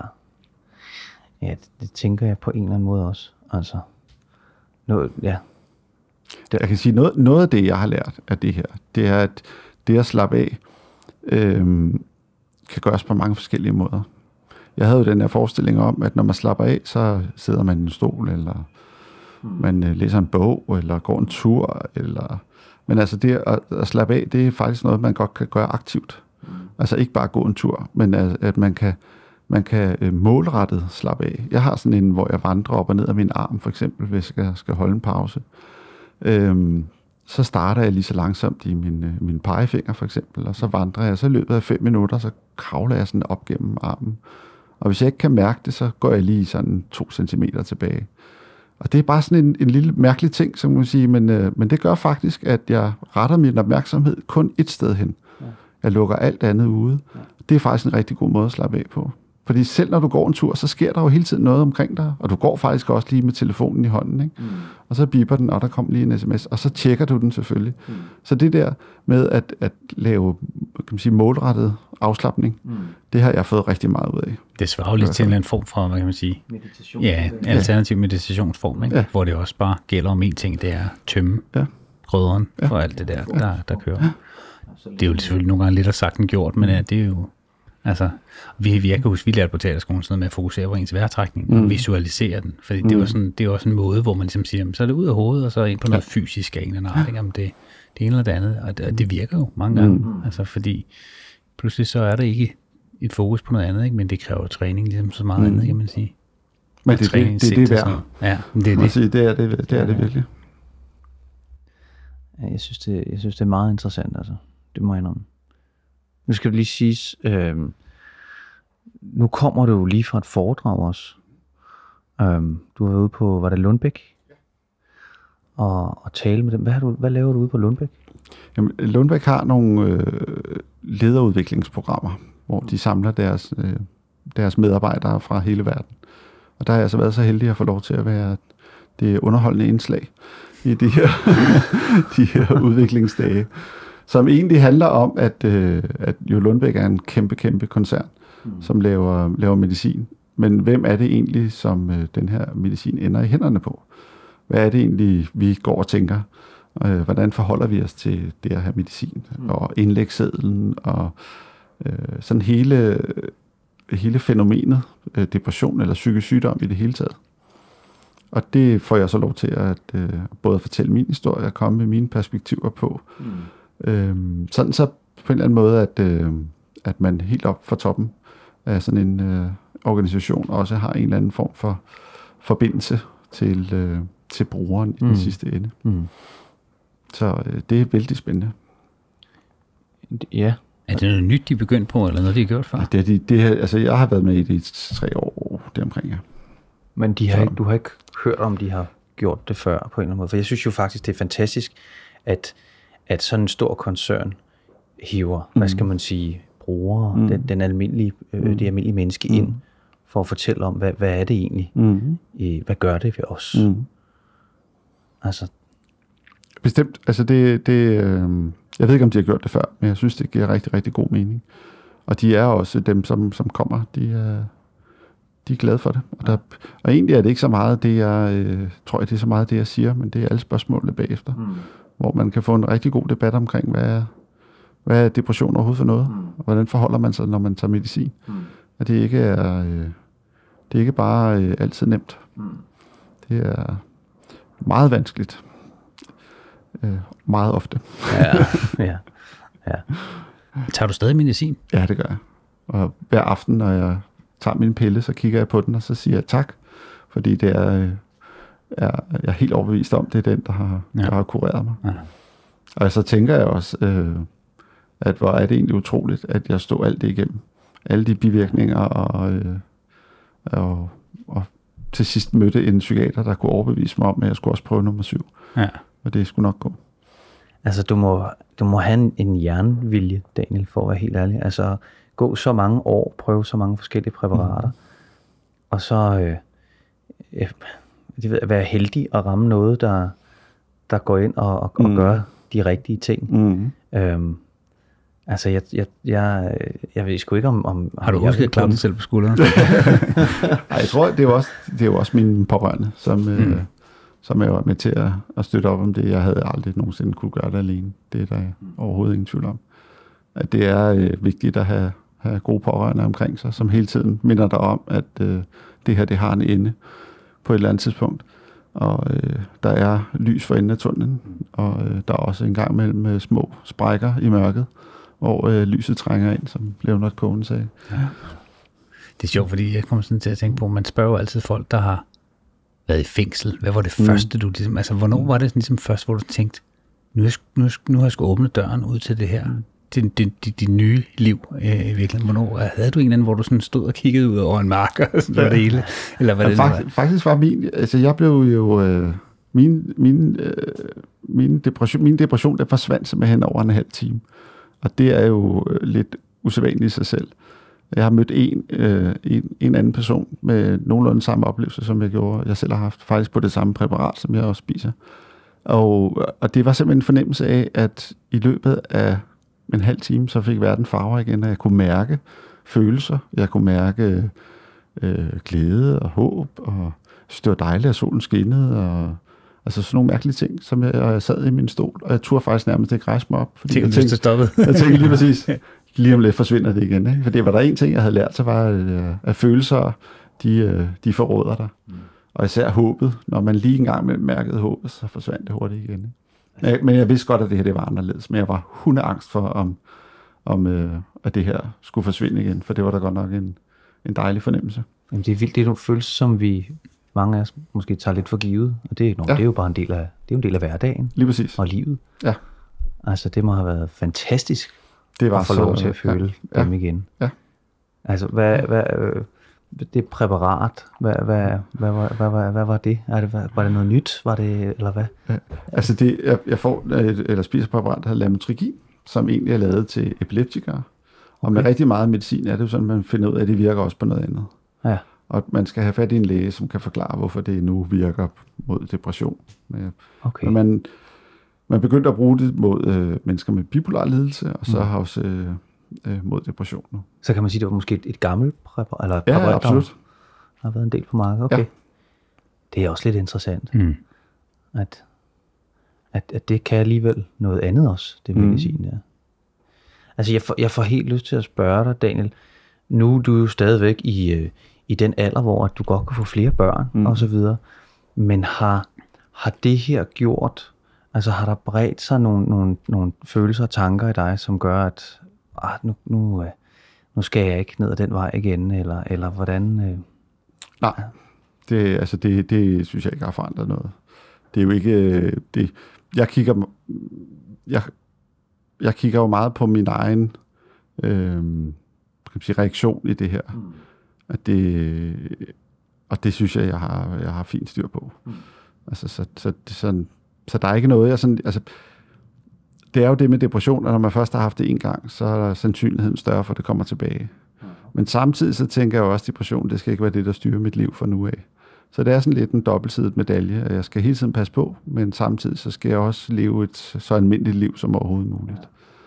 ja det, det tænker jeg på en eller anden måde også. Altså, noget, ja. Jeg kan sige, noget, noget af det, jeg har lært af det her, det er, at det at slappe af, øh, kan gøres på mange forskellige måder. Jeg havde jo den her forestilling om, at når man slapper af, så sidder man i en stol, eller mm. man øh, læser en bog, eller går en tur, eller... Men altså det at, at slappe af, det er faktisk noget, man godt kan gøre aktivt. Mm. Altså ikke bare gå en tur, men at, at man kan, man kan øh, målrettet slappe af. Jeg har sådan en, hvor jeg vandrer op og ned af min arm, for eksempel, hvis jeg skal, skal holde en pause. Øhm, så starter jeg lige så langsomt i min, øh, min pegefinger, for eksempel, og så vandrer jeg, så i løbet af fem minutter, så kravler jeg sådan op gennem armen. Og hvis jeg ikke kan mærke det, så går jeg lige sådan to centimeter tilbage. Og det er bare sådan en, en lille mærkelig ting, som man sige, men, øh, men det gør faktisk, at jeg retter min opmærksomhed kun et sted hen. Ja. Jeg lukker alt andet ude. Ja. Det er faktisk en rigtig god måde at slappe af på. Fordi selv når du går en tur, så sker der jo hele tiden noget omkring dig, og du går faktisk også lige med telefonen i hånden, ikke? Mm. Og så biber den, og der kommer lige en sms, og så tjekker du den selvfølgelig. Mm. Så det der med at, at lave, kan man sige, målrettet afslapning, mm. det har jeg fået rigtig meget ud af. Det svarer jo lidt til en eller anden form for, hvad kan man sige? Meditation. Ja, en alternativ meditationsform, ikke? Ja. Hvor det også bare gælder om en ting, det er at tømme ja. grøderen ja. for alt det der, der, der kører. Ja. Det er jo selvfølgelig nogle gange lidt at sagt end gjort, men ja, det er jo... Altså, vi, vi jeg kan huske, vi lærte på teaterskolen sådan noget med at fokusere på ens vejrtrækning og mm. visualisere den. Fordi mm. det var sådan, det er også en måde, hvor man ligesom siger, jamen, så er det ud af hovedet, og så ind på noget ja. fysisk af en eller anden art. Ikke? Jamen, det, det ene eller det andet. Og det, det virker jo mange gange. Mm. Altså, fordi pludselig så er der ikke et fokus på noget andet, ikke? Men det kræver træning, ligesom så meget mm. andet, kan man sige. Men det, det, det, det er værd. Ja, det er det. Sige, det er det, det, er det virkelig. Ja, jeg synes, det, jeg synes, det er meget interessant, altså. Det må jeg indrømme. Nu skal det lige siges, øh, nu kommer du jo lige fra et foredrag også. Øh, du var ude på, var det Lundbæk? Og, og tale med dem. Hvad, har du, hvad laver du ude på Lundbæk? Jamen, Lundbæk har nogle øh, lederudviklingsprogrammer, hvor de samler deres, øh, deres medarbejdere fra hele verden. Og der har jeg så været så heldig at få lov til at være det underholdende indslag i de her, de her udviklingsdage. Som egentlig handler om, at, øh, at jo Lundbæk er en kæmpe, kæmpe koncern, mm. som laver, laver medicin. Men hvem er det egentlig, som øh, den her medicin ender i hænderne på? Hvad er det egentlig, vi går og tænker? Øh, hvordan forholder vi os til det at have medicin? Mm. Og indlægssedlen, og øh, sådan hele, hele fænomenet, øh, depression eller psykisk sygdom i det hele taget. Og det får jeg så lov til at øh, både at fortælle min historie og komme med mine perspektiver på. Mm. Øhm, sådan så på en eller anden måde, at, øh, at man helt op fra toppen af sådan en øh, organisation også har en eller anden form for forbindelse til, øh, til brugeren mm. i den sidste ende. Mm. Så øh, det er vældig spændende. Ja. Er det noget nyt, de er begyndt på, eller noget, de har gjort før? Ja, det er de, det her, altså, jeg har været med i det i tre år deromkring, ja. Men de har ikke, du har ikke hørt, om de har gjort det før på en eller anden måde? For jeg synes jo faktisk, det er fantastisk, at at sådan en stor koncern hiver, mm. hvad skal man sige, brugere, mm. den, den almindelige, øh, mm. det almindelige menneske mm. ind, for at fortælle om, hvad, hvad er det egentlig? Mm. I, hvad gør det ved os? Mm. Altså. Bestemt. Altså det, det øh, jeg ved ikke, om de har gjort det før, men jeg synes, det giver rigtig, rigtig god mening. Og de er også dem, som, som kommer, de er, de er glade for det. Og, der, og egentlig er det ikke så meget det, jeg øh, tror jeg, det er så meget det, jeg siger, men det er alle spørgsmålene bagefter. Mm. Hvor man kan få en rigtig god debat omkring, hvad er, hvad er depression overhovedet for noget, mm. og hvordan forholder man sig, når man tager medicin. Mm. At det ikke er, øh, det er ikke bare øh, altid nemt. Mm. Det er meget vanskeligt. Øh, meget ofte. ja, ja, ja. Tager du stadig medicin? Ja, det gør jeg. Og hver aften, når jeg tager min pille, så kigger jeg på den, og så siger jeg tak, fordi det er... Øh, er jeg er helt overbevist om, det er den, der har, ja. der har kureret mig. Ja. Og så tænker jeg også, øh, at hvor er det egentlig utroligt, at jeg stod alt det igennem. Alle de bivirkninger, og, øh, og, og til sidst mødte en psykiater, der kunne overbevise mig om, at jeg skulle også prøve nummer syv. Ja. Og det skulle nok gå. Altså, du må, du må have en, en jernvilje, Daniel, for at være helt ærlig. Altså, gå så mange år, prøve så mange forskellige præparater, mm. og så... Øh, øh, at være heldig at ramme noget, der, der går ind og, og, mm. og gør de rigtige ting. Mm. Øhm, altså, jeg, jeg, jeg, jeg ved sgu ikke om... om har du husket at klappe dig selv på skulderen? Nej, jeg tror, det er jo også, det er jo også mine pårørende, som, mm. øh, som jeg var med til at, at støtte op om det. Jeg havde aldrig nogensinde kunne gøre det alene. Det er der overhovedet ingen tvivl om. At det er øh, vigtigt at have, have gode pårørende omkring sig, som hele tiden minder dig om, at øh, det her det har en ende på et eller andet tidspunkt. Og øh, der er lys for enden af tunnelen, og øh, der er også en gang mellem øh, små sprækker i mørket, hvor øh, lyset trænger ind, som Leonard Cohen sagde. Ja. Det er sjovt, fordi jeg kommer sådan til at tænke på, man spørger jo altid folk, der har været i fængsel. Hvad var det mm. første, du ligesom, altså hvornår var det ligesom først, hvor du tænkte, nu har jeg, nu, nu har jeg sgu åbnet døren ud til det her, mm. til dit, dit, dit nye liv øh, i virkeligheden. Hvornår havde du en eller anden, hvor du sådan stod og kiggede ud over en mark og sådan ja. det hele? Eller hvad ja, det faktisk, var? Faktisk var min, altså jeg blev jo, øh, min, min, øh, min, depression, min depression, der forsvandt simpelthen over en halv time. Og det er jo øh, lidt usædvanligt i sig selv. Jeg har mødt en, øh, en, en anden person med nogenlunde samme oplevelse, som jeg gjorde. Jeg selv har haft faktisk på det samme præparat, som jeg også spiser. Og, og det var simpelthen en fornemmelse af, at i løbet af en halv time, så fik verden farver igen, og jeg kunne mærke følelser. Jeg kunne mærke øh, glæde og håb, og det var dejligt, at solen skinnede, og altså sådan nogle mærkelige ting, som jeg, jeg sad i min stol, og jeg turde faktisk nærmest ikke rejse mig op. Fordi jeg tænkte, stoppet. jeg tænkte lige præcis, lige om lidt forsvinder det igen. Ikke? For det var der en ting, jeg havde lært, så var, at, at følelser, de, de forråder dig. Mm. Og især håbet. Når man lige engang med mærkede håbet, så forsvandt det hurtigt igen. Ikke? Men jeg vidste godt, at det her det var anderledes. Men jeg var hundeangst for, om, om øh, at det her skulle forsvinde igen. For det var da godt nok en, en dejlig fornemmelse. Jamen, det er vildt. Det er nogle følelser, som vi mange af os måske tager lidt for givet. Og det, no, ja. det er jo bare en del af, det er en del af hverdagen. Lige præcis. Og livet. Ja. Altså, det må have været fantastisk det var at få så, lov til at føle ja. dem igen. Ja. Altså, hvad, hvad, øh, det præparat, hvad, hvad, hvad, hvad, hvad, hvad, hvad var det? Er det var, var det noget nyt? Var det, eller hvad? Ja. Altså, det, jeg, jeg får, eller spiser præparat, der hedder lamotrigin, som egentlig er lavet til epileptikere. Og med rigtig meget medicin er det jo sådan, at man finder ud af, at det virker også på noget andet. Ja. Og man skal have fat i en læge, som kan forklare, hvorfor det nu virker mod depression. Okay. Men man, man begyndte at bruge det mod øh, mennesker med bipolar lidelse, og så mm. har også øh, øh, mod depression nu. Så kan man sige, at det var måske et, et gammelt præparat, eller et ja, præparat, absolut. Der har været en del på markedet. Okay. Ja. Det er også lidt interessant, mm. at, at, at det kan alligevel noget andet også, det medicin mm. der. Altså, jeg får, jeg får helt lyst til at spørge dig, Daniel. Nu er du jo stadigvæk i... Øh, i den alder, hvor du godt kan få flere børn mm. og så videre. Men har, har det her gjort, altså har der bredt sig nogle, nogle, nogle følelser og tanker i dig, som gør, at ah, nu, nu, nu skal jeg ikke ned ad den vej igen, eller, eller hvordan? Øh... Nej, det, altså det, det synes jeg ikke har forandret noget. Det er jo ikke, det, jeg kigger, jeg, jeg kigger jo meget på min egen øh, kan man sige, reaktion i det her. Mm. At det, og det synes jeg, jeg har, jeg har fint styr på. Mm. Altså, så, så, så, så der er ikke noget, jeg sådan, altså, det er jo det med depression, at når man først har haft det en gang, så er sandsynligheden større for, at det kommer tilbage. Mm. Men samtidig så tænker jeg jo også, at depression, det skal ikke være det, der styrer mit liv fra nu af. Så det er sådan lidt en dobbeltsidet medalje, at jeg skal hele tiden passe på, men samtidig så skal jeg også leve et så almindeligt liv som overhovedet muligt.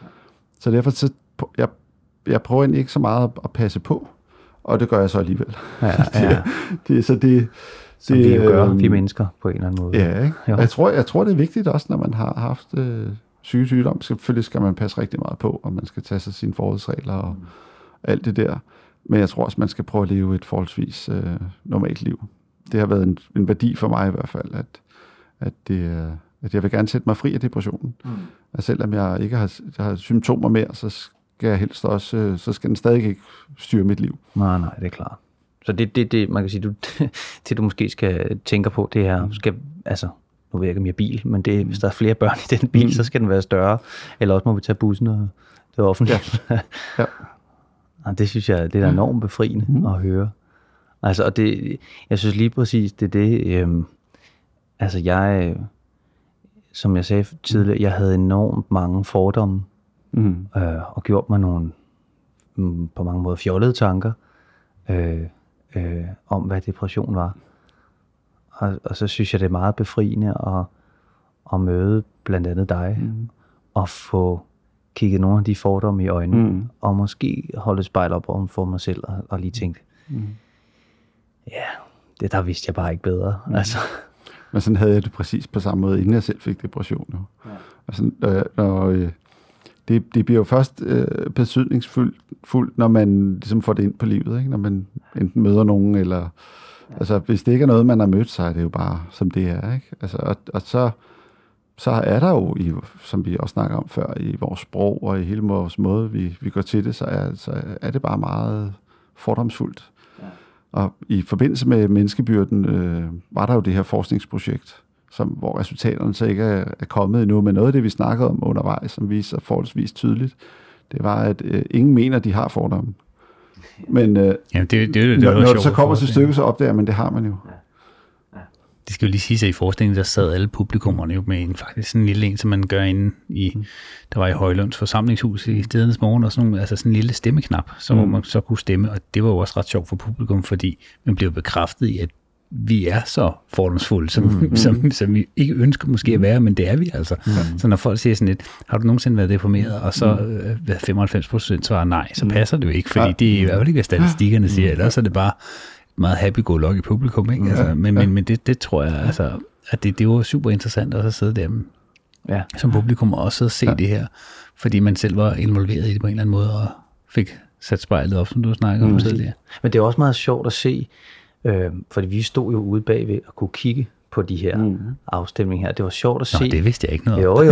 Så derfor, så, jeg, jeg prøver egentlig ikke så meget at passe på, og det gør jeg så alligevel. Ja, ja. det, det, så det, Som det, vi jo gør, øh, vi mennesker, på en eller anden måde. Ja, ikke? Jeg tror, jeg tror, det er vigtigt også, når man har haft øh, sygdom. Selvfølgelig skal man passe rigtig meget på, og man skal tage sig sine forholdsregler og mm. alt det der. Men jeg tror også, man skal prøve at leve et forholdsvis øh, normalt liv. Det har været en, en værdi for mig i hvert fald, at, at, det, at jeg vil gerne sætte mig fri af depressionen. Mm. At selvom jeg ikke har, jeg har symptomer mere, så skal jeg helst også, så skal den stadig ikke styre mit liv. Nej, nej, det er klart. Så det, det, det man kan sige, du, det du måske skal tænke på, det er, skal, altså, nu ved jeg ikke, om jeg er bil, men det, hvis der er flere børn i den bil, mm. så skal den være større, eller også må vi tage bussen og det er offentligt. Ja. Ja. Og det synes jeg, det er enormt befriende mm. at høre. Altså, og det, jeg synes lige præcis, det er det, øhm, altså jeg, som jeg sagde tidligere, jeg havde enormt mange fordomme, mm. øh, og gjort mig nogle, mm, på mange måder fjollede tanker, øh, øh, om hvad depression var. Og, og så synes jeg, det er meget befriende at, at møde blandt andet dig, mm. og få kigget nogle af de fordomme i øjnene, mm. og måske holde et spejl op om for mig selv, og, og lige tænke, mm. ja, det der vidste jeg bare ikke bedre. Mm. Altså. Men sådan havde jeg det præcis på samme måde, inden jeg selv fik depression. Jo. Ja. Altså, øh, når, øh, det, det bliver jo først øh, betydningsfuldt, fuldt, når man ligesom får det ind på livet, ikke? Når man enten møder nogen, eller... Ja. Altså, hvis det ikke er noget, man har mødt, så er det jo bare, som det er, ikke? Altså, og, og så, så er der jo, i, som vi også snakker om før, i vores sprog og i hele vores måde, vi, vi går til det, så er, så er det bare meget fordomsfuldt. Ja. Og i forbindelse med menneskebyrden øh, var der jo det her forskningsprojekt, som, hvor resultaterne så ikke er, er kommet endnu, men noget af det, vi snakkede om undervejs, som viser forholdsvis tydeligt, det var, at øh, ingen mener, de har fordomme. Men øh, Jamen, det, det, det, det når, når det så kommer til til stykket, så opdager man, det har man jo. Ja. Det skal jo lige sige, at i forskningen, der sad alle publikummerne jo med en faktisk sådan en lille en, som man gør inde i, mm. der var i Højlunds forsamlingshus i Stedernes Morgen, og sådan nogle, altså sådan en lille stemmeknap, så mm. man så kunne stemme, og det var jo også ret sjovt for publikum, fordi man blev bekræftet i, at vi er så fordomsfulde, som, mm. som, som vi ikke ønsker måske at være, men det er vi altså. Mm. Så når folk siger sådan lidt, har du nogensinde været deprimeret, og så øh, femoghalvfems procent svarer nej, så passer det jo ikke, fordi ja. Det er i hvert fald ikke, hvad statistikkerne siger, ellers er det bare meget happy-go-lucky publikum, ikke? Altså, men, men, men det, det tror jeg, altså, at det, det var super interessant også at sidde der ja. Som publikum og også at se ja. Det her, fordi man selv var involveret i det på en eller anden måde, og fik sat spejlet op, som du snakker om mm. tidligere. Men det er også meget sjovt at se, øh, fordi vi stod jo ude bagved og kunne kigge på de her mm. afstemninger her. Det var sjovt at Nå, se. det vidste jeg ikke noget jo, jo,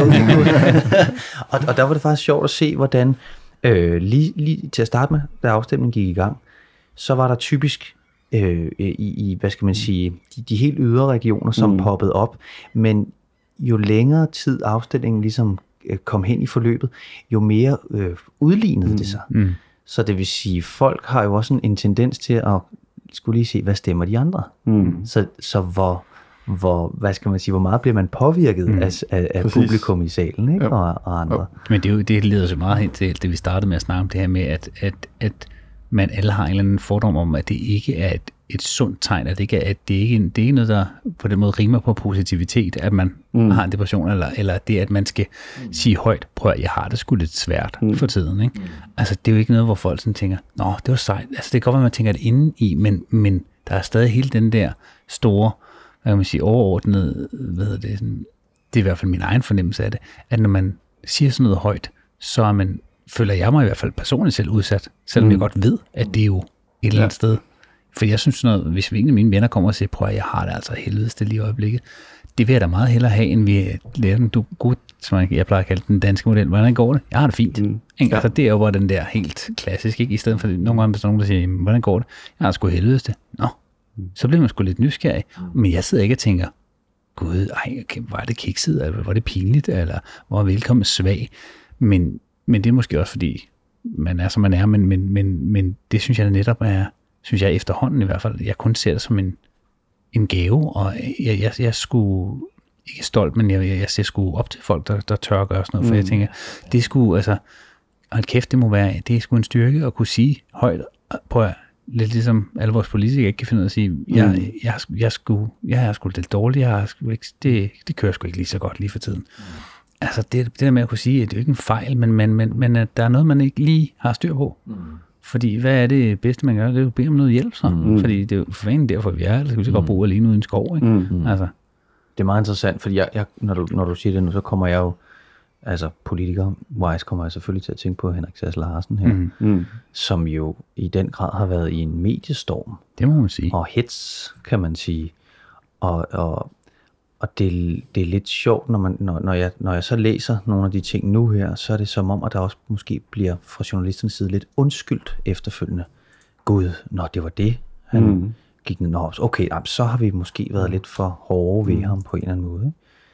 og, og der var det faktisk sjovt at se, hvordan øh, lige, lige til at starte med, da afstemningen gik i gang, så var der typisk øh, i, i, hvad skal man sige, de, de helt ydre regioner, som mm. poppede op, men jo længere tid afstemningen ligesom øh, kom hen i forløbet, jo mere øh, udlignede mm. det sig. Mm. Så det vil sige, folk har jo også en, en tendens til at skulle lige se, hvad stemmer de andre. Mm. Så, så hvor, hvor, hvad skal man sige, hvor meget bliver man påvirket mm. af, af, af publikum i salen, ikke? Ja. Og, og andre. Ja. Men det, er jo, det leder så meget hen til det, vi startede med at snakke om det her med, at, at, at man alle har en eller anden fordom om, at det ikke er et, et sundt tegn, at det ikke er, at det ikke, det er ikke noget, der på den måde rimer på positivitet, at man mm. har en depression, eller, eller det, at man skal mm. sige højt, prøv at jeg har det sgu lidt svært mm. for tiden. Ikke? Mm. Altså, det er jo ikke noget, hvor folk sådan tænker, nå, det var sejt. Altså, det kan godt være, man tænker det inde i, men, men der er stadig hele den der store, hvad kan man sige, overordnede, hvad hedder det, sådan, det er i hvert fald min egen fornemmelse af det, at når man siger sådan noget højt, så er man, føler jeg mig i hvert fald personligt selv udsat, selvom mm. jeg godt ved, at det er jo et eller andet ja. Sted. For jeg synes noget, hvis en af mine venner kommer og siger, prøv at jeg har det altså helvedeste lige i øjeblikket, det vil jeg da meget hellere have, end vi lærer den, du god, som jeg plejer at kalde den danske model. Hvordan går det? Jeg har det fint. Mm. Ja. Altså det er jo bare den der helt klassisk, ikke? I stedet for, nogle gange, hvis der er nogen, der siger, hvordan går det? Jeg har sgu helvedeste. Nå, mm. så bliver man sgu lidt nysgerrig. Mm. Men jeg sidder ikke og tænker, gud, ej, okay, hvor er det kikset, eller hvor er det pinligt, eller hvor er velkommen svag. Men, men det er måske også, fordi man er, som man er, men, men, men, men det synes jeg netop er, synes jeg efterhånden i hvert fald, jeg kun ser det som en, en gave, og jeg, jeg, jeg skulle, ikke stolt, men jeg, jeg ser sgu op til folk, der, der tør at gøre sådan noget, for mm. jeg tænker, det skulle, altså, hold kæft, det må være, det er sgu en styrke at kunne sige højt, prøv at, lidt ligesom alle vores politikere ikke kan finde ud af at sige, jeg, mm. jeg, jeg, jeg, skulle, jeg er sgu lidt dårlig, jeg er sgu ikke, det, det kører sgu ikke lige så godt lige for tiden. Mm. Altså, det, det der med at kunne sige, at det er jo ikke en fejl, men, men, men, men at der er noget, man ikke lige har styr på. Mm. Fordi hvad er det bedste, man gør? Det er jo at bede om noget hjælp, så. Mm. Fordi det er jo for fanden derfor, vi er. Eller skal vi så mm. godt bo alene uden skov, ikke? Mm. Altså. Det er meget interessant, fordi jeg, jeg, når, du, når du siger det nu, så kommer jeg jo, altså politiker-wise, kommer jeg selvfølgelig til at tænke på Henrik Sass Larsen her, mm. Mm. som jo i den grad har været i en mediestorm. Det må man sige. Og hits, kan man sige. Og, og, og det, det er lidt sjovt, når, man, når, når, jeg, når jeg så læser nogle af de ting nu her, så er det som om, at der også måske bliver fra journalisternes side lidt undskyldt efterfølgende. Gud, nå, det var det, han mm. gik ned op. Okay, så har vi måske været lidt for hårde ved mm. ham på en eller anden måde.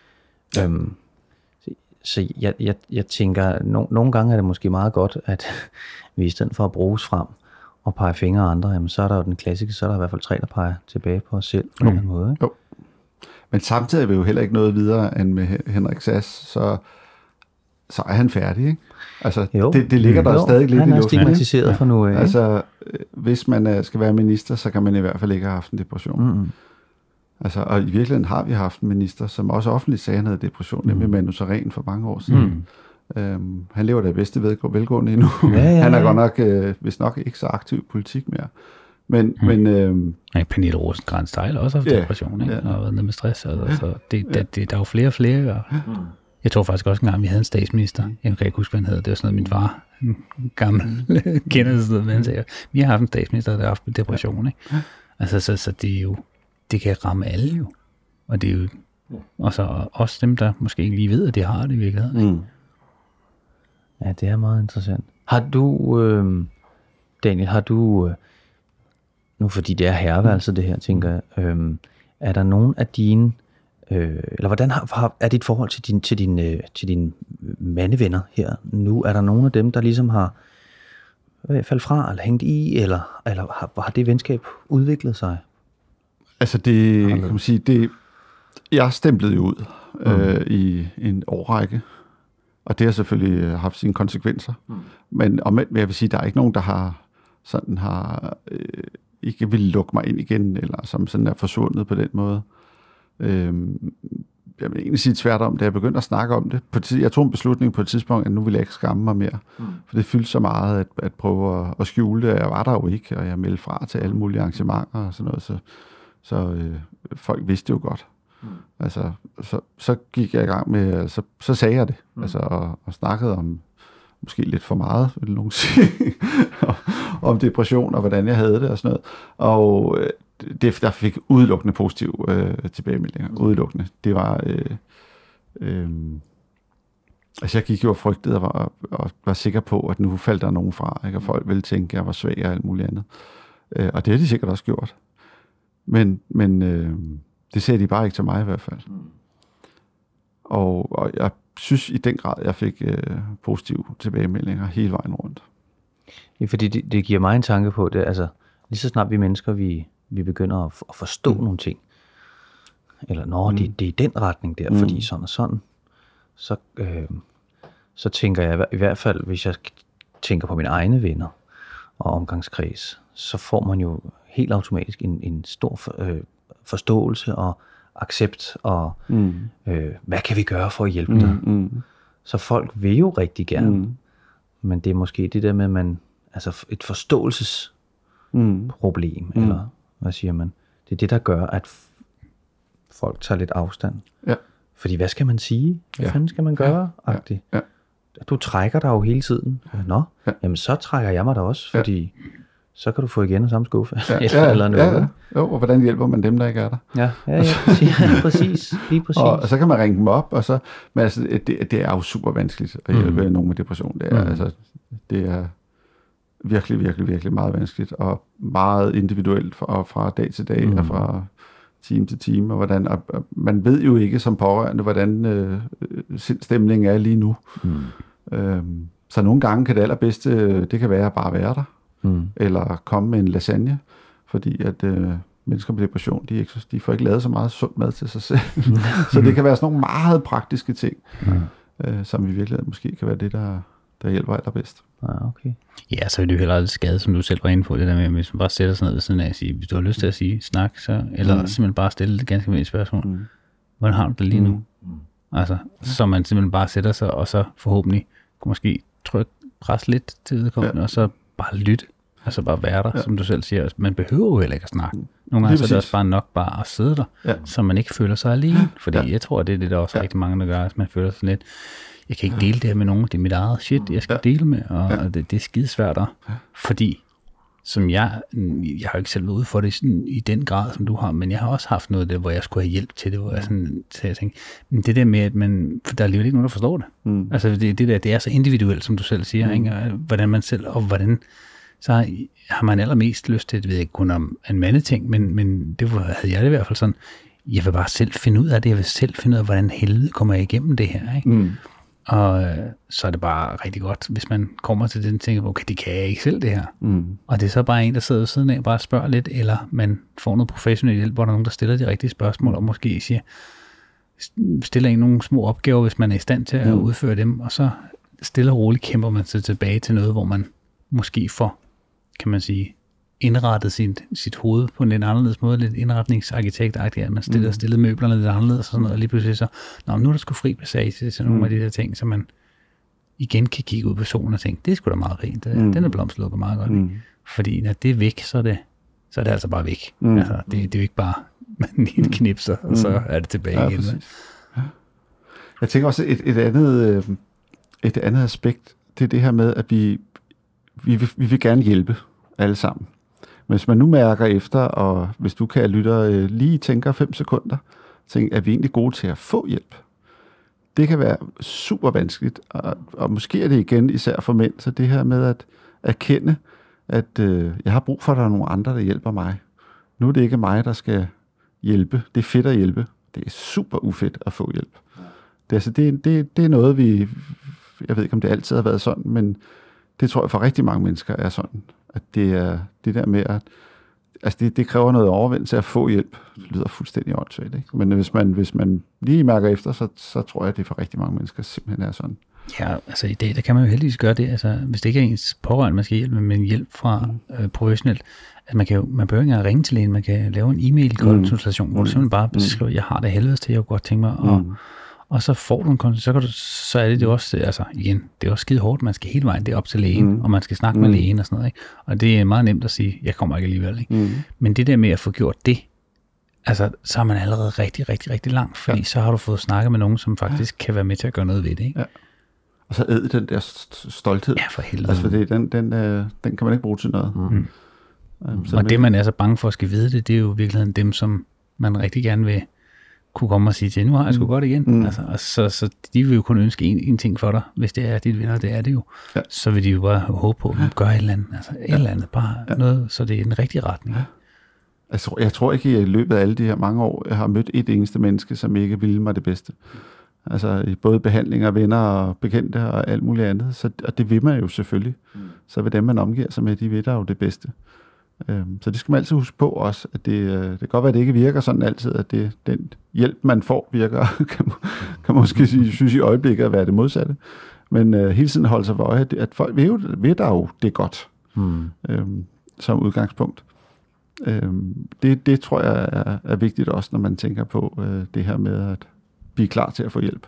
Ja. Øhm, så så jeg, jeg, jeg tænker, no, nogle gange er det måske meget godt, at vi i stedet for at bruges frem og pege fingre af andre, jamen, så er der jo den klassiske, så er der i hvert fald tre, der peger tilbage på os selv på mm. en eller anden måde. Ikke? Jo. Men samtidig er vi jo heller ikke noget videre end med Henrik Sass, så, så er han færdig, ikke? Altså, jo. Det, det ligger der jo. Stadig lidt i luften. Han er stigmatiseret ja. For nu af. Altså, hvis man skal være minister, så kan man i hvert fald ikke have haft en depression. Mm. Altså, og i virkeligheden har vi haft en minister, som også offentligt sagde, han havde depression, mm. nemlig Manu Sareen for mange år siden. Mm. Øhm, han lever det bedste velgående endnu. Ja, ja, ja. Han er godt nok, øh, vist nok ikke så aktiv i politik mere. Men, mm. men øh, ja, Pernille Rosenkrantz-Theil også har haft yeah, depression, ikke? Yeah. Og har været nede med stress. Altså, så det, det, det, der er jo flere og flere. Og mm. Jeg tror faktisk også engang, vi havde en statsminister. Jeg kan ikke huske, hvad han hed. Det var sådan noget, min far, en gammel kender sådan noget, men han sagde, vi har haft en statsminister, der har haft depression, ikke? Altså, så, så det er jo, det kan ramme alle jo. Og det er jo og så også dem, der måske ikke lige ved, at de har det i virkeligheden. Mm. Ja, det er meget interessant. Har du, øh, Daniel, har du, øh, nu fordi det er herreværelse det her, tænker jeg, øh, er der nogen af dine, øh, eller hvordan har, har, er dit forhold til din, til din, øh, til dine mandevenner her nu? Er der nogen af dem, der ligesom har i hvert fald fra, eller hængt i, eller, eller har, har det venskab udviklet sig? Altså det, kan man sige, det, jeg stemplede jo ud mm. øh, i en årrække, og det har selvfølgelig haft sine konsekvenser. Mm. Men om, jeg vil sige, der er ikke nogen, der har sådan har øh, ikke vil lukke mig ind igen, eller som sådan er forsvundet på den måde. Øh, jeg vil egentlig sige tværtom, da jeg begyndte at snakke om det. På tid, jeg tog en beslutning på et tidspunkt, at nu ville jeg ikke skamme mig mere. Mm. For det fyldte så meget at, at prøve at, at skjule det. Jeg var der jo ikke, og jeg meldte fra til alle mulige arrangementer og sådan noget, så, så øh, folk vidste jo godt. Mm. Altså, så, så gik jeg i gang med, så, så sagde jeg det, mm. altså, og, og snakkede om, måske lidt for meget, vil nogen sige, om depression, og hvordan jeg havde det, og sådan noget. Og øh, det, der fik udelukkende positive øh, tilbagemeldinger, mm. udelukkende. Det var, øh, øh, altså jeg gik jo og frygtede, og var, og var sikker på, at nu faldt der nogen fra, ikke? Og folk ville tænke, at jeg var svag og alt muligt andet. Øh, og det har de sikkert også gjort. Men, men øh, det sagde de bare ikke til mig i hvert fald. Mm. Og, og jeg synes i den grad, jeg fik øh, positive tilbagemeldinger hele vejen rundt. Ja, fordi det, det giver mig en tanke på det. Altså, lige så snart vi mennesker, vi, vi begynder at, at forstå mm. nogle ting, eller når mm. det, det er i den retning der, mm. fordi sådan og sådan, så, øh, så tænker jeg i hvert fald, hvis jeg tænker på mine egne venner og omgangskreds, så får man jo helt automatisk en, en stor for, øh, forståelse og accept, og mm. øh, hvad kan vi gøre for at hjælpe mm, dig? Mm. Så folk vil jo rigtig gerne, mm. men det er måske det der med, man, altså et forståelsesproblem, mm. eller hvad siger man? Det er det, der gør, at f- folk tager lidt afstand. Ja. Fordi hvad skal man sige? Hvad ja. fanden skal man gøre? Ja. Ja. Ja. Du trækker dig jo hele tiden. Nå, ja. Jamen så trækker jeg mig da også, fordi ja. så kan du få igen af samme skuffe. Ja, ja, eller noget. Ja, ja. Jo, og hvordan hjælper man dem, der ikke er der? Ja, ja, ja, præcis, ja præcis. Lige præcis. Og, og så kan man ringe dem op, og så, men altså, det, det er jo super vanskeligt at hjælpe mm. nogen med depression. Det er, mm. altså, det er virkelig, virkelig, virkelig meget vanskeligt, og meget individuelt fra, fra dag til dag, mm. og fra time til time, og hvordan, og, og man ved jo ikke som pårørende, hvordan øh, stemningen er lige nu. Mm. Øhm, så nogle gange kan det allerbedste, det kan være at bare være der, mm. eller komme med en lasagne, fordi at øh, mennesker med depression, de, ikke, de får ikke lavet så meget sund mad til sig selv. Så det kan være sådan nogle meget praktiske ting, mm. øh, som i virkeligheden måske kan være det, der, der hjælper allerbedst. Ah, okay. Ja, så er det jo heller aldrig skade, som du selv var inde på, det der med, hvis man bare sætter sig ned ved siden af og siger, hvis du har lyst til at sige snak, så, eller mm. simpelthen bare stille det ganske almindelige spørgsmål. Mm. Hvordan har du det lige nu? Mm. Altså, så man simpelthen bare sætter sig, og så forhåbentlig kunne måske trykke, presse lidt til vedkommende, ja. og så bare lytte. Altså bare være der, ja. som du selv siger. Man behøver jo heller ikke at snakke. Nogle gange så er det også bare nok bare at sidde der, ja. så man ikke føler sig alene. Fordi ja. jeg tror, det er det, der også ja. rigtig mange, der gør, at man føler sig lidt, jeg kan ikke dele det her med nogen, det er mit eget shit, jeg skal ja. dele med, og ja. det, det er skidesvært der. Ja. Fordi, som jeg, jeg har jo ikke selv været ude for det sådan, i den grad, som du har, men jeg har også haft noget af det, hvor jeg skulle have hjælp til det, hvor jeg sådan, så jeg tænkte, men det der med, at man, for der er alligevel ikke nogen, der forstår det. Mm. Altså det, det der, det er så individuelt, som du selv siger, mm. ikke? Hvordan man selv, og hvordan, så har man allermest lyst til, det ved jeg ikke kun om en mandeting, men, men det havde jeg det i hvert fald sådan, jeg vil bare selv finde ud af det, jeg vil selv finde ud af, hvordan helvede kommer jeg igennem det her, ikke? Mm. Og øh, så er det bare rigtig godt, hvis man kommer til den ting, okay, det kan jeg ikke selv det her. Mm. Og det er så bare en, der sidder ved siden af og bare spørger lidt, eller man får noget professionel hjælp, hvor der er nogen, der stiller de rigtige spørgsmål, og måske siger, stiller en nogle små opgaver, hvis man er i stand til at mm. udføre dem, og så stille og roligt kæmper man sig tilbage til noget, hvor man måske får, kan man sige, indrettet sit, sit hoved på en lidt anderledes måde, lidt indretningsarkitekt-agtigt, at man stiller, mm. stillede møblerne lidt anderledes og sådan noget, og lige pludselig så, nå, nu er der sgu fri passage til sådan nogle mm. af de der ting, så man igen kan kigge ud på solen og tænke, det er sgu da meget rent, mm. den er blomsterlukket meget godt, mm. fordi når det er væk, så er det, så er det altså bare væk. Mm. Altså, det, det er jo ikke bare, man lige knipser, og så er det tilbage ja, igen. Ja. Jeg tænker også, et, et, andet, et andet aspekt, det er det her med, at vi, vi, vil, vi vil gerne hjælpe alle sammen. Men hvis man nu mærker efter, og hvis du kan lytte lige tænker fem sekunder, tænker, er vi egentlig gode til at få hjælp? Det kan være super vanskeligt, og, og måske er det igen især for mænd, så det her med at erkende, at øh, jeg har brug for, at der er nogle andre, der hjælper mig. Nu er det ikke mig, der skal hjælpe. Det er fedt at hjælpe. Det er super ufedt at få hjælp. Det, altså, det, det, det er noget, vi... Jeg ved ikke, om det altid har været sådan, men det tror jeg for rigtig mange mennesker er sådan. At det er det der med at... Altså, det, det kræver noget overvindelse at få hjælp. Det lyder fuldstændig åndssvagt, ikke? Men hvis man, hvis man lige mærker efter, så, så tror jeg, at det for rigtig mange mennesker simpelthen er sådan. Ja, altså i dag, der kan man jo heldigvis gøre det. Altså, hvis det ikke er ens pårørende, man skal hjælpe, men hjælp fra mm. øh, professionelt. Altså, man, kan jo, man behøver ikke engang ringe til lægen, man kan lave en e-mail-konsultation, mm. hvor du simpelthen bare beskriver, jeg har det helvedes til, jeg kunne godt tænke mig, og, mm. og så får du en konsultation, så, kan du, så er det det også, altså igen, det er også skide hårdt, man skal hele vejen, det er op til lægen, mm. og man skal snakke mm. med lægen og sådan noget, ikke? Og det er meget nemt at sige, jeg kommer ikke alligevel, ikke? Mm. Men det der med at få gjort det, altså, så er man allerede rigtig, rigtig, rigtig langt, fordi ja. så har du fået snakket med nogen, som faktisk kan være med til at gøre noget ved det, ikke? Ja. Og så æd den der stolthed. Ja, for helvede. Altså, fordi den, den, øh, den kan man ikke bruge til noget. Mm. Um, og det, man er så bange for at skal vide det, det er jo i virkeligheden dem, som man rigtig gerne vil kunne komme og sige til, nu har jeg sgu mm. godt igen. Mm. Altså, og så, så de vil jo kun ønske en, en ting for dig, hvis det er dit venner, det er det jo. Ja. Så vil de jo bare håbe på, at gøre et eller andet. Altså, et ja. eller andet, bare ja. noget, så det er i den rigtige retning. Ja. Altså, jeg tror ikke, at i løbet af alle de her mange år, jeg har mødt et eneste menneske, som ikke ville mig det bedste. Altså i både behandlinger, venner og bekendte og alt muligt andet. Så, og det vil man jo selvfølgelig. Mm. Så vil dem, man omgiver sig med, de ved der jo det bedste. Øhm, så det skal man altid huske på også, at det, øh, det kan godt være, at det ikke virker sådan altid, at det, den hjælp, man får, virker, kan, kan måske sige, synes i øjeblikket at være det modsatte. Men øh, hele tiden holde sig for øje, at folk ved, jo, ved der jo det godt, mm. øhm, som udgangspunkt. Øhm, det, det tror jeg er, er vigtigt også, når man tænker på øh, det her med at blive klar til at få hjælp.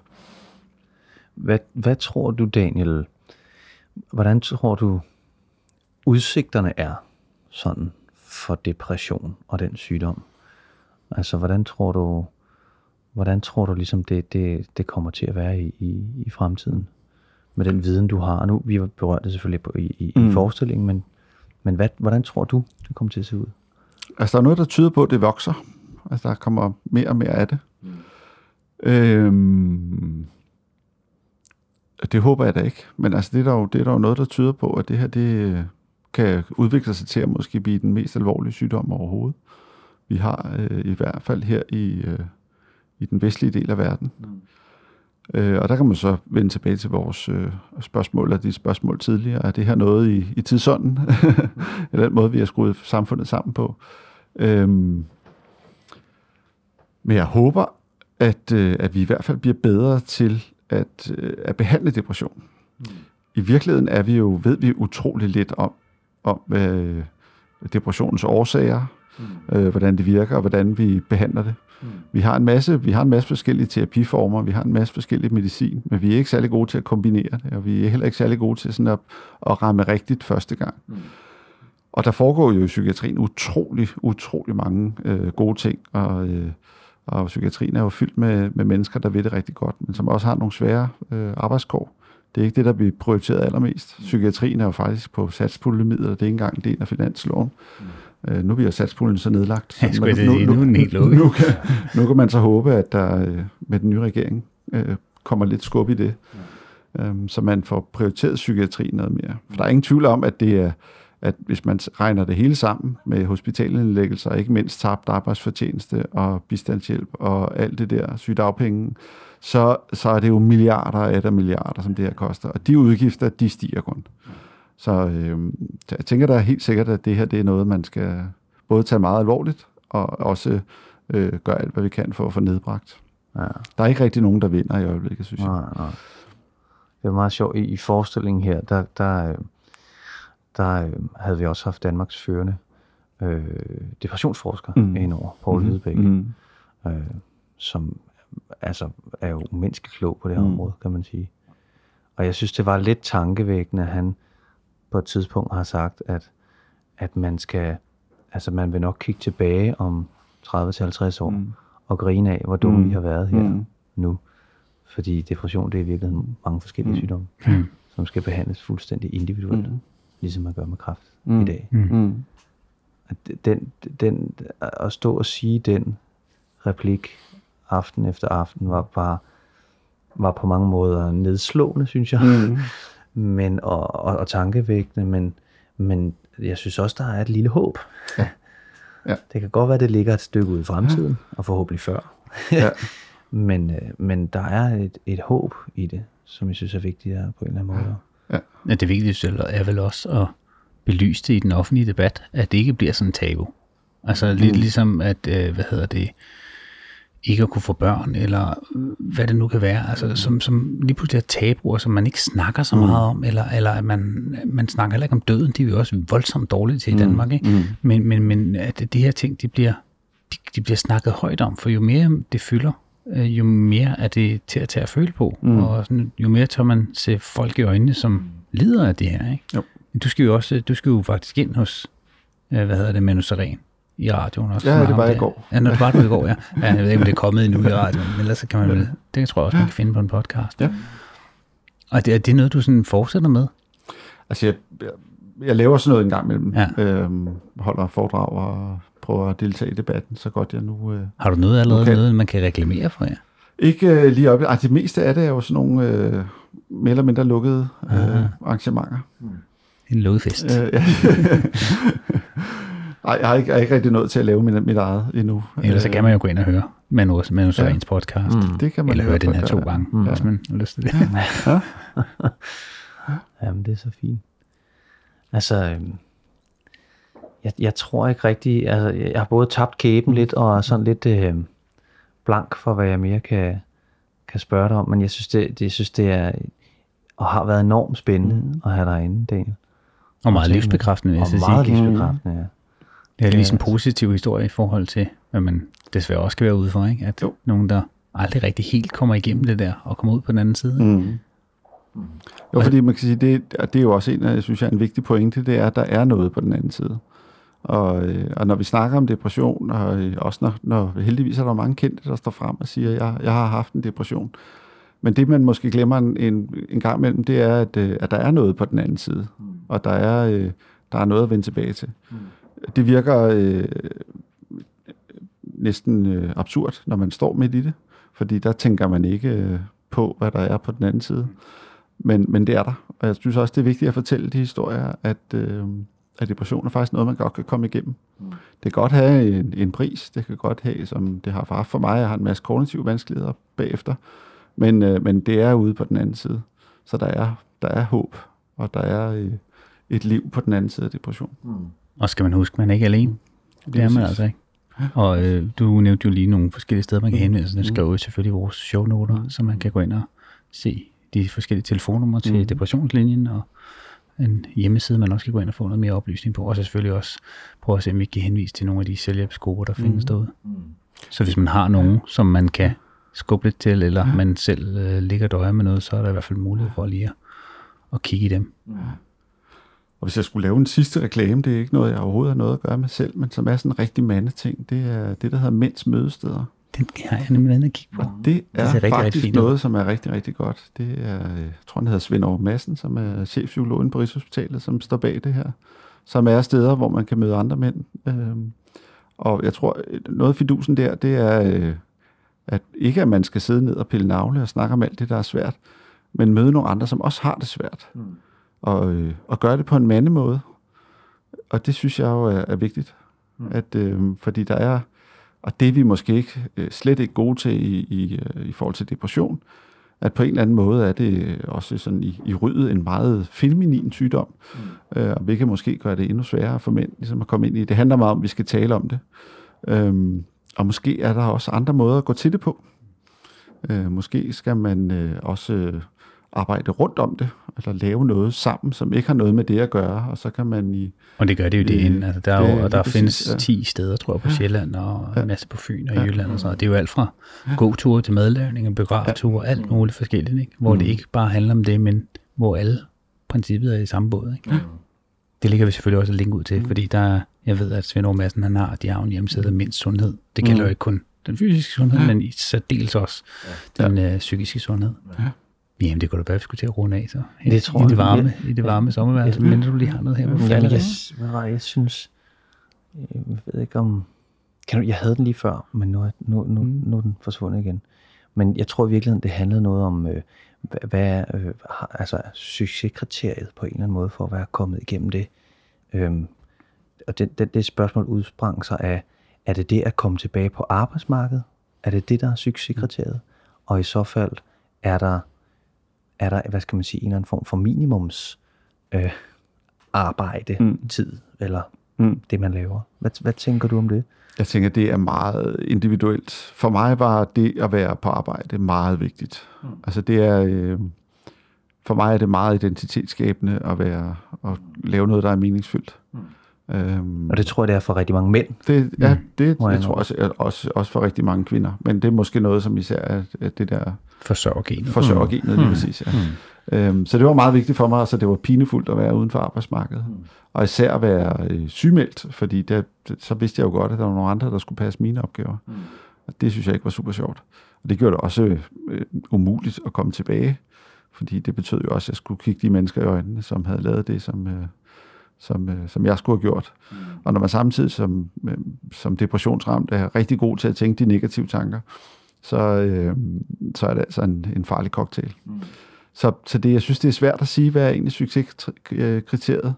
Hvad, hvad tror du, Daniel, hvordan tror du, udsigterne er sådan for depression og den sygdom? Altså, hvordan tror du, hvordan tror du ligesom det, det, det kommer til at være i, i, i fremtiden? Med den viden, du har. Nu, vi har berørt det selvfølgelig på, i, i, mm. i forestillingen, men, men hvad, hvordan tror du, det kommer til at se ud? Altså, der er noget, der tyder på, at det vokser. Altså, der kommer mere og mere af det. Mm. Øhm, det håber jeg da ikke, men altså det er, der jo, det er der jo noget, der tyder på, at det her det kan udvikle sig til at måske blive den mest alvorlige sygdom overhovedet. Vi har øh, i hvert fald her i, øh, i den vestlige del af verden. Mm. Øh, og der kan man så vende tilbage til vores øh, spørgsmål, eller de spørgsmål tidligere. Er det her noget i, i tidsånden? Eller den måde, vi har skruet samfundet sammen på? Øhm, men jeg håber, At, øh, at vi i hvert fald bliver bedre til at, øh, at behandle depression. Mm. I virkeligheden er vi jo, ved vi utrolig lidt om, om øh, depressionens årsager, mm. øh, hvordan det virker, og hvordan vi behandler det. Mm. Vi har en masse, vi har en masse forskellige terapiformer, vi har en masse forskellige medicin, men vi er ikke særlig gode til at kombinere det, og vi er heller ikke særlig gode til sådan at, at ramme rigtigt første gang. Mm. Og der foregår jo i psykiatrien utrolig, utrolig mange øh, gode ting, og øh, Og psykiatrien er jo fyldt med, med mennesker, der ved det rigtig godt, men som også har nogle svære øh, arbejdskår. Det er ikke det, der bliver prioriteret allermest. Psykiatrien er jo faktisk på satspuljemidler, det er ikke engang en del af finansloven. Mm. Øh, nu bliver satspuljen så nedlagt. Så ja, man, nu, nu, nu, nu, nu, kan, nu kan man så håbe, at der øh, med den nye regering øh, kommer lidt skub i det, mm. øh, så man får prioriteret psykiatrien noget mere. For der er ingen tvivl om, at det er at hvis man regner det hele sammen med hospitalindlæggelser, og ikke mindst tabt arbejdsfortjeneste og bistandshjælp og alt det der sygedagpenge, så, så er det jo milliarder af milliarder, som det her koster. Og de udgifter, de stiger kun. Så øh, jeg tænker da helt sikkert, at det her det er noget, man skal både tage meget alvorligt, og også øh, gøre alt, hvad vi kan for at få nedbragt. Ja. Der er ikke rigtig nogen, der vinder i øjeblikket, synes jeg. Nej, nej. Det er meget sjovt. I, i forestillingen her, der... der der havde vi også haft Danmarks førende øh, depressionsforsker mm. indover, Poul mm. Hedebæk, mm. øh, som altså er jo umenneskeligt klog på det her mm. område, kan man sige. Og jeg synes, det var lidt tankevækkende, at han på et tidspunkt har sagt, at, at man skal, altså man vil nok kigge tilbage om tredive til halvtreds år mm. og grine af, hvor dumme mm. vi har været her mm. nu. Fordi depression, det er i virkeligheden mange forskellige mm. sygdomme, mm. som skal behandles fuldstændig individuelt, mm. ligesom man gør med kræft mm. i dag. Mm. Den, den, at stå og sige den replik aften efter aften var bare var på mange måder nedslående, synes jeg, mm. men, og, og, og tankevækkende, men, men jeg synes også, der er et lille håb. Ja. Ja. Det kan godt være, det ligger et stykke ude i fremtiden, og forhåbentlig før. Ja. men, men der er et, et håb i det, som jeg synes er vigtigt på en eller anden måde. Ja. Ja, det vigtigste er vel også at belyse det i den offentlige debat, at det ikke bliver sådan en tabu. Altså mm. lidt ligesom, at, øh, hvad hedder det, ikke at kunne få børn, eller hvad det nu kan være, altså som, som lige pludselig er tabuer, som man ikke snakker så meget om, eller, eller at man, man snakker heller ikke om døden, de er jo også voldsomt dårlige til i Danmark, ikke? Mm. Men, men, men at de her ting, de bliver, de, de bliver snakket højt om, for jo mere det fylder, jo mere er det til at tage at føle på, mm. og sådan, jo mere tør man se folk i øjnene, som lider af det her, ikke? Jo. Du skal jo også, du skal jo faktisk ind hos, hvad hedder det, Manu Sareen i radioen også. Ja, det var i går. Ja, det var det i går, ja. ja. Jeg ved ikke, om det er kommet endnu i radioen, men ellers kan man vel, det tror jeg også, man kan finde på en podcast. Ja. Og det, er det noget, du sådan fortsætter med? Altså, jeg, jeg, jeg laver sådan noget en gang imellem. Ja. Øhm, holder foredrag og prøver at deltage i debatten, så godt jeg nu... Øh, Har du noget allerede, noget, man kan reklamere for jer? Ikke øh, lige op. Altså, det meste af det er jo sådan nogle øh, mere eller mindre lukkede øh, arrangementer. Hmm. En lukket fest. Øh, ja. Nej, jeg har ikke, jeg er ikke rigtig nået til at lave mit, mit eget endnu. Ellers så kan man jo gå ind og høre Manu Sareens podcast. Mm. Det kan man Eller høre den her to gange, mm. hvis man har lyst til det. Ja. Jamen, det er så fint. Altså, øhm, jeg, jeg tror ikke rigtig, altså, jeg har både tabt kæben lidt, og sådan lidt øh, blank for, hvad jeg mere kan, kan spørge dig om, men jeg synes, det, det, jeg synes, det er, og har været enormt spændende mm. at have dig inde, Daniel. Og meget livsbekræftende, vil jeg sige. Og meget livsbekræftende, ja. Det er lige en positiv historie i forhold til, hvad man desværre også skal være ude for, ikke? At jo. Nogen, der aldrig rigtig helt kommer igennem det der, og kommer ud på den anden side. Mm. Mm. Jo, fordi man kan sige, det, det er jo også en af, jeg synes, jeg er en vigtig pointe, det er, at der er noget på den anden side. Og, og når vi snakker om depression, og også når, når heldigvis er der mange kendte, der står frem og siger, at jeg, jeg har haft en depression. Men det, man måske glemmer en, en, en gang imellem, det er, at, at der er noget på den anden side. Mm. Og der er, der er noget at vende tilbage til. Mm. Det virker øh, næsten øh, absurd, når man står midt i det, fordi der tænker man ikke øh, på, hvad der er på den anden side. Men, men det er der, og jeg synes også, det er vigtigt at fortælle de historier, at, øh, at depression er faktisk noget, man godt kan komme igennem. Mm. Det kan godt have en, en pris, det kan godt have, som det har for, for mig, jeg har en masse kognitive vanskeligheder bagefter, men, øh, men det er ude på den anden side. Så der er, der er håb, og der er øh, et liv på den anden side af depression. Mm. Og skal man huske, man er ikke alene. Det, det er man altså ikke. Og øh, du nævnte jo lige nogle forskellige steder, man kan henvende sig. Det skal jo selvfølgelig i vores shownoter, mm. så man kan gå ind og se de forskellige telefonnumre til mm. depressionslinjen, og en hjemmeside, man også kan gå ind og få noget mere oplysning på. Og så selvfølgelig også prøve at se, om vi kan henvise til nogle af de selvhjælpsgrupper, der mm. findes derude. Mm. Så hvis man har nogen, som man kan skubbe lidt til, eller ja. man selv øh, ligger døje med noget, så er der i hvert fald mulighed for lige at, at kigge i dem. Mm. Og hvis jeg skulle lave en sidste reklame, det er ikke noget, jeg overhovedet har noget at gøre med selv, men som er sådan en rigtig mandeting, det er det, der hedder Mænds Mødesteder. Den har jeg nemlig været at kigge på. Og det er, det er rigtig, faktisk rigtig noget, som er rigtig, rigtig godt. Det er, jeg tror, han hedder Svend Aage Madsen, som er chefpsykologen på Rigshospitalet, som står bag det her. Som er steder, hvor man kan møde andre mænd. Og jeg tror, noget fidusen der, det er, at ikke at man skal sidde ned og pille navle og snakke om alt det, der er svært, men møde nogle andre, som også har det svært. Mm. Og, øh, og gøre det på en mandemåde. Og det synes jeg jo er, er vigtigt. Mm. At, øh, fordi der er, og det er vi måske ikke, øh, slet ikke gode til i, i, øh, i forhold til depression, at på en eller anden måde er det også sådan i, i ryddet en meget feminin sygdom. Mm. Øh, og vi kan måske gøre det endnu sværere for mænd, ligesom at komme ind i. Det handler meget om, at vi skal tale om det. Øh, og måske er der også andre måder at gå til det på. Øh, måske skal man øh, også... Øh, arbejde rundt om det, eller lave noget sammen, som ikke har noget med det at gøre, og så kan man i... Og det gør det jo det inden. Altså, der, er jo, og der findes ja. ti steder, tror jeg, på Sjælland, og en masse på Fyn og ja. Jylland og sådan noget. Det er jo alt fra gåture til madlavning og begravture, ja. alt muligt forskelligt, ikke? Hvor mm. det ikke bare handler om det, men hvor alle princippet er i samme båd. Ikke? Ja. Det ligger vi selvfølgelig også et link ud til, mm. fordi der er Jeg ved, at Svend Aage Madsen, han har, de har en hjemmeside, der mindst sundhed. Det gælder mm. jo ikke kun den fysiske sundhed, ja. men i særdeles også ja. den øh, psykiske sundhed. Ja. Jamen, det kunne da bare, vi skulle til at runde af, så. Ja, det tror I det varme, jeg, i det varme ja, sommervejr, men du lige har noget her, hvor du falder det. Jeg, jeg synes, jeg ved ikke om, kan du, jeg havde den lige før, men nu, nu, nu, mm. nu er den forsvundet igen. Men jeg tror i virkeligheden, det handlede noget om, øh, hvad er øh, altså, succeskriteriet på en eller anden måde, for at være kommet igennem det. Øhm, og det, det, det spørgsmål udsprang sig af, er det det at komme tilbage på arbejdsmarkedet? Er det det, der er succeskriteriet? Og i så fald, er der, er der hvad skal man sige, en eller anden form for minimums øh, arbejde, mm. tid, eller mm. det, man laver? Hvad, hvad tænker du om det? Jeg tænker, det er meget individuelt. For mig var det at være på arbejde meget vigtigt. Mm. Altså det er, øh, for mig er det meget identitetsskabende at være at lave noget, der er meningsfyldt. Mm. Øhm, og det tror jeg, det er for rigtig mange mænd. Det, ja, det mm. jeg tror også, også, også for rigtig mange kvinder. Men det er måske noget, som især er, er det der forsørgergenet. Forsørgergenet, mm. lige præcis, ja. Mm. Øhm, så det var meget vigtigt for mig, altså det var pinefuldt at være uden for arbejdsmarkedet. Mm. Og især at være øh, sygemeldt, fordi der, så vidste jeg jo godt, at der var nogle andre, der skulle passe mine opgaver. Mm. Og det synes jeg ikke var super sjovt. Og det gjorde det også øh, umuligt at komme tilbage, fordi det betød jo også, at jeg skulle kigge de mennesker i øjnene, som havde lavet det, som, øh, som, øh, som jeg skulle have gjort. Mm. Og når man samtidig som, øh, som depressionsramt er rigtig god til at tænke de negative tanker, så, øh, så er det altså en, en farlig cocktail. Mm. Så, så det, jeg synes, det er svært at sige, hvad er egentlig succeskriteriet.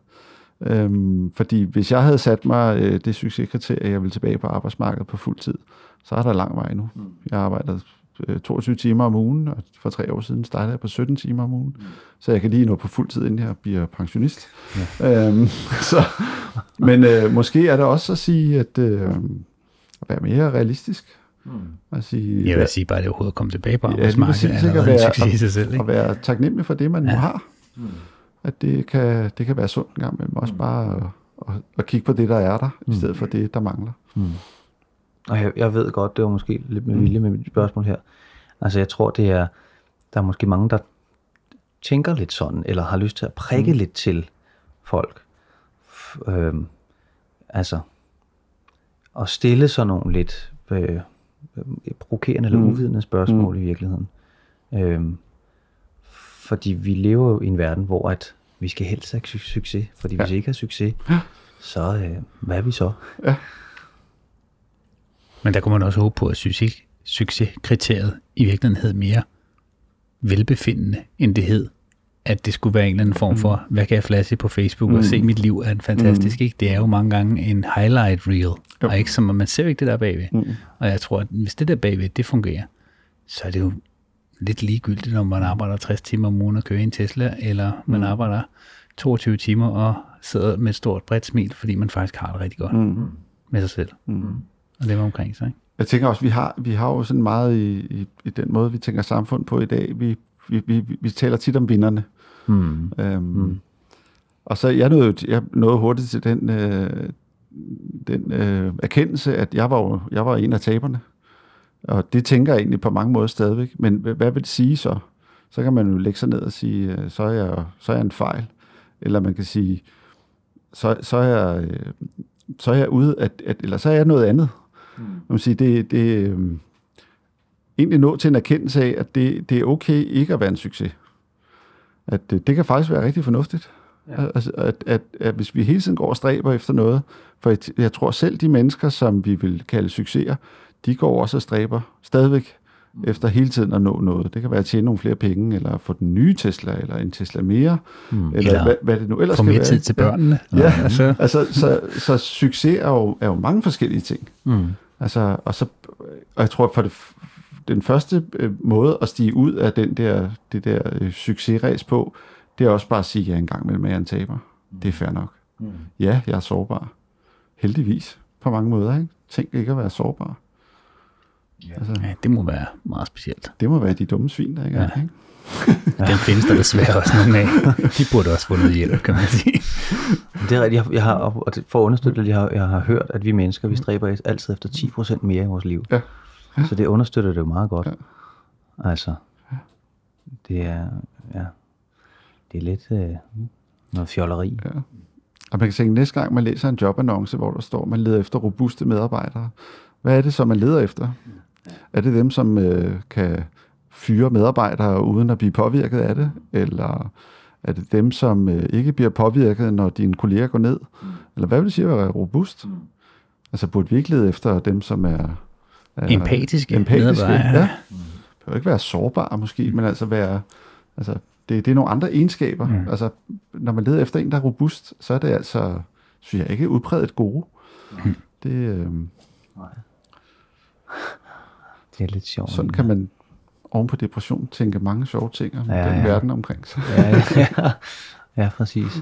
Øhm, fordi hvis jeg havde sat mig øh, det succeskriterie, jeg ville tilbage på arbejdsmarkedet på fuld tid, så er der lang vej nu. Mm. Jeg arbejder øh, toogtyve timer om ugen, og for tre år siden startede jeg på sytten timer om ugen. Mm. Så jeg kan lige nå på fuld tid, inden jeg bliver pensionist. Ja. Øhm, så, men øh, måske er det også at sige, at, øh, at være mere realistisk. Mm. At sige, jeg vil sige bare, at det overhovedet at komme tilbage på arbejdsmarkedet, ja, er allerede en succes i sig selv. Ikke? At være taknemmelig for det, man ja. nu har. Mm. At det kan, det kan være sundt en gang, men også mm. bare at, at, at kigge på det, der er der, mm. i stedet for det, der mangler. Mm. Og jeg, jeg ved godt, det var måske lidt med vilje med mit spørgsmål her. Altså jeg tror, det er, der er måske mange, der tænker lidt sådan, eller har lyst til at prikke mm. lidt til folk. Øhm, altså, at stille sådan nogle lidt øh, provokerende eller uvidende spørgsmål mm. i virkeligheden. Øhm, Fordi vi lever jo i en verden, hvor at vi skal helst have succes. Fordi ja. hvis vi ikke har succes, ja. så øh, hvad er vi så? Ja. Men der kunne man også håbe på, at succes, succeskriteriet i virkeligheden hed mere velbefindende, end det hed, at det skulle være en eller anden form for, hvad kan jeg flashe på Facebook mm. og se mit liv er en fantastisk, mm. ikke? Det er jo mange gange en highlight reel, jo. og ikke som man ser jo ikke det der bagved. Mm. Og jeg tror, at hvis det der bagved, det fungerer, så er det jo lidt ligegyldigt, om man arbejder tres timer om ugen og kører i en Tesla, eller man mm. arbejder toogtyve timer og sidder med et stort bredt smil, fordi man faktisk har det rigtig godt mm. med sig selv. Mm. Og det var omkring sig. Ikke? Jeg tænker også, vi har, vi har jo sådan meget i, i, i den måde, vi tænker samfund på i dag. Vi, vi, vi, vi taler tit om vinderne. Mm. Øhm, mm. Og så jeg nåede, jeg nåede hurtigt til den, øh, den øh, erkendelse, at jeg var, jeg var en af taberne. Og det tænker jeg egentlig på mange måder stadigvæk. Men hvad vil det sige så? Så kan man jo lægge sig ned og sige, så er jeg, så er jeg en fejl. Eller man kan sige, så, så, er, jeg, så er jeg ude, at, at, eller så er jeg noget andet. Mm. Man kan sige, det, det er egentlig nå til en erkendelse af, at det, det er okay ikke at være en succes. At det, det kan faktisk være rigtig fornuftigt. Ja. Altså, at, at, at hvis vi hele tiden går og stræber efter noget, for jeg, jeg tror selv de mennesker, som vi vil kalde succeser, de går også og stræber stadigvæk mm. efter hele tiden at nå noget. Det kan være at tjene nogle flere penge, eller få den nye Tesla, eller en Tesla mere, mm. eller, eller hvad, hvad det nu ellers skal være. Få mere tid til børnene. Ja, ja altså. altså så, så succes er jo, er jo mange forskellige ting. Mm. Altså, og, så, og jeg tror, for det, den første måde at stige ud af den der, det der øh, succesræs på, det er også bare at sige, at jeg engang mellem er en taber. Mm. Det er fair nok. Mm. Ja, jeg er sårbar. Heldigvis. På mange måder, ikke? Tænk ikke at være sårbar. Ja. Altså, ja, det må være meget specielt. Det må være de dumme svin, der ikke ja. er, ikke? Den findes der desværre også nogle af. De burde også få noget hjælp, kan man sige. Det er rigtigt. Jeg, jeg har, og for at understøtte det, jeg har, jeg har hørt, at vi mennesker, vi stræber altid efter ti procent mere i vores liv. Ja. Ja. Så det understøtter det jo meget godt. Ja. Altså, det er, ja, det er lidt øh, noget fjolleri. Ja. Og man kan tænke, næste gang man læser en jobannonce, hvor der står, at man leder efter robuste medarbejdere, hvad er det så, man leder efter? Er det dem, som øh, kan fyre medarbejdere uden at blive påvirket af det? Eller er det dem, som øh, ikke bliver påvirket, når dine kolleger går ned? Eller hvad vil det sige at være robust? Altså burde vi ikke lede efter dem, som er... er empatiske. Empatiske, ja. Det bør ikke være sårbare måske, men altså være... Altså, det, det er nogle andre egenskaber. Mm. Altså, når man leder efter en, der er robust, så er det altså, synes jeg, ikke udpræget gode. Mm. Det, øh... Nej. Det er lidt sjovt. Sådan kan man oven på depression tænke mange sjove ting om ja, den ja. verden omkring sig. Ja, ja, ja. Ja, præcis.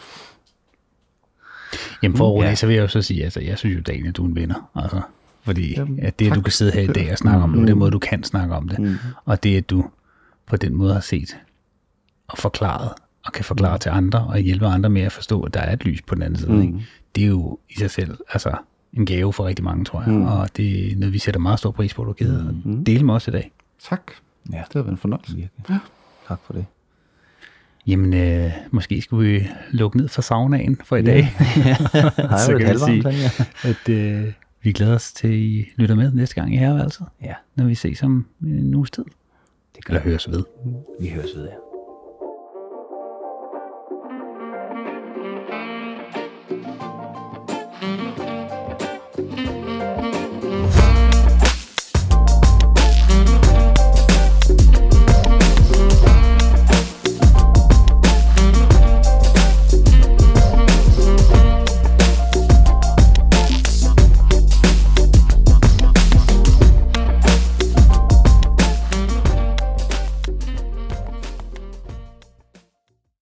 Jamen for at ja. så vil jeg jo så sige, altså jeg synes jo, Daniel, du er en vinder. Altså, fordi Jamen, at det, at du kan sidde her i dag og snakke om det, mm. den måde, du kan snakke om det, mm. og det, at du på den måde har set og forklaret, og kan forklare mm. til andre, og hjælpe andre med at forstå, at der er et lys på den anden side. Mm. Ikke? Det er jo i sig selv altså en gave for rigtig mange, tror jeg, mm. og det er noget, vi sætter meget stor pris på, at du har givet mm. at dele med os i dag. Tak. Ja. Det har været en fornøjelse. Ja. Tak for det. Jamen, øh, måske skulle vi lukke ned for saunaen for i dag. Ja. Så kan vi sige, at øh, vi glæder os til, at I lytter med næste gang i herværelset, ja. når vi ses om en uges tid. Det Eller høres ved. Vi høres ved, ja.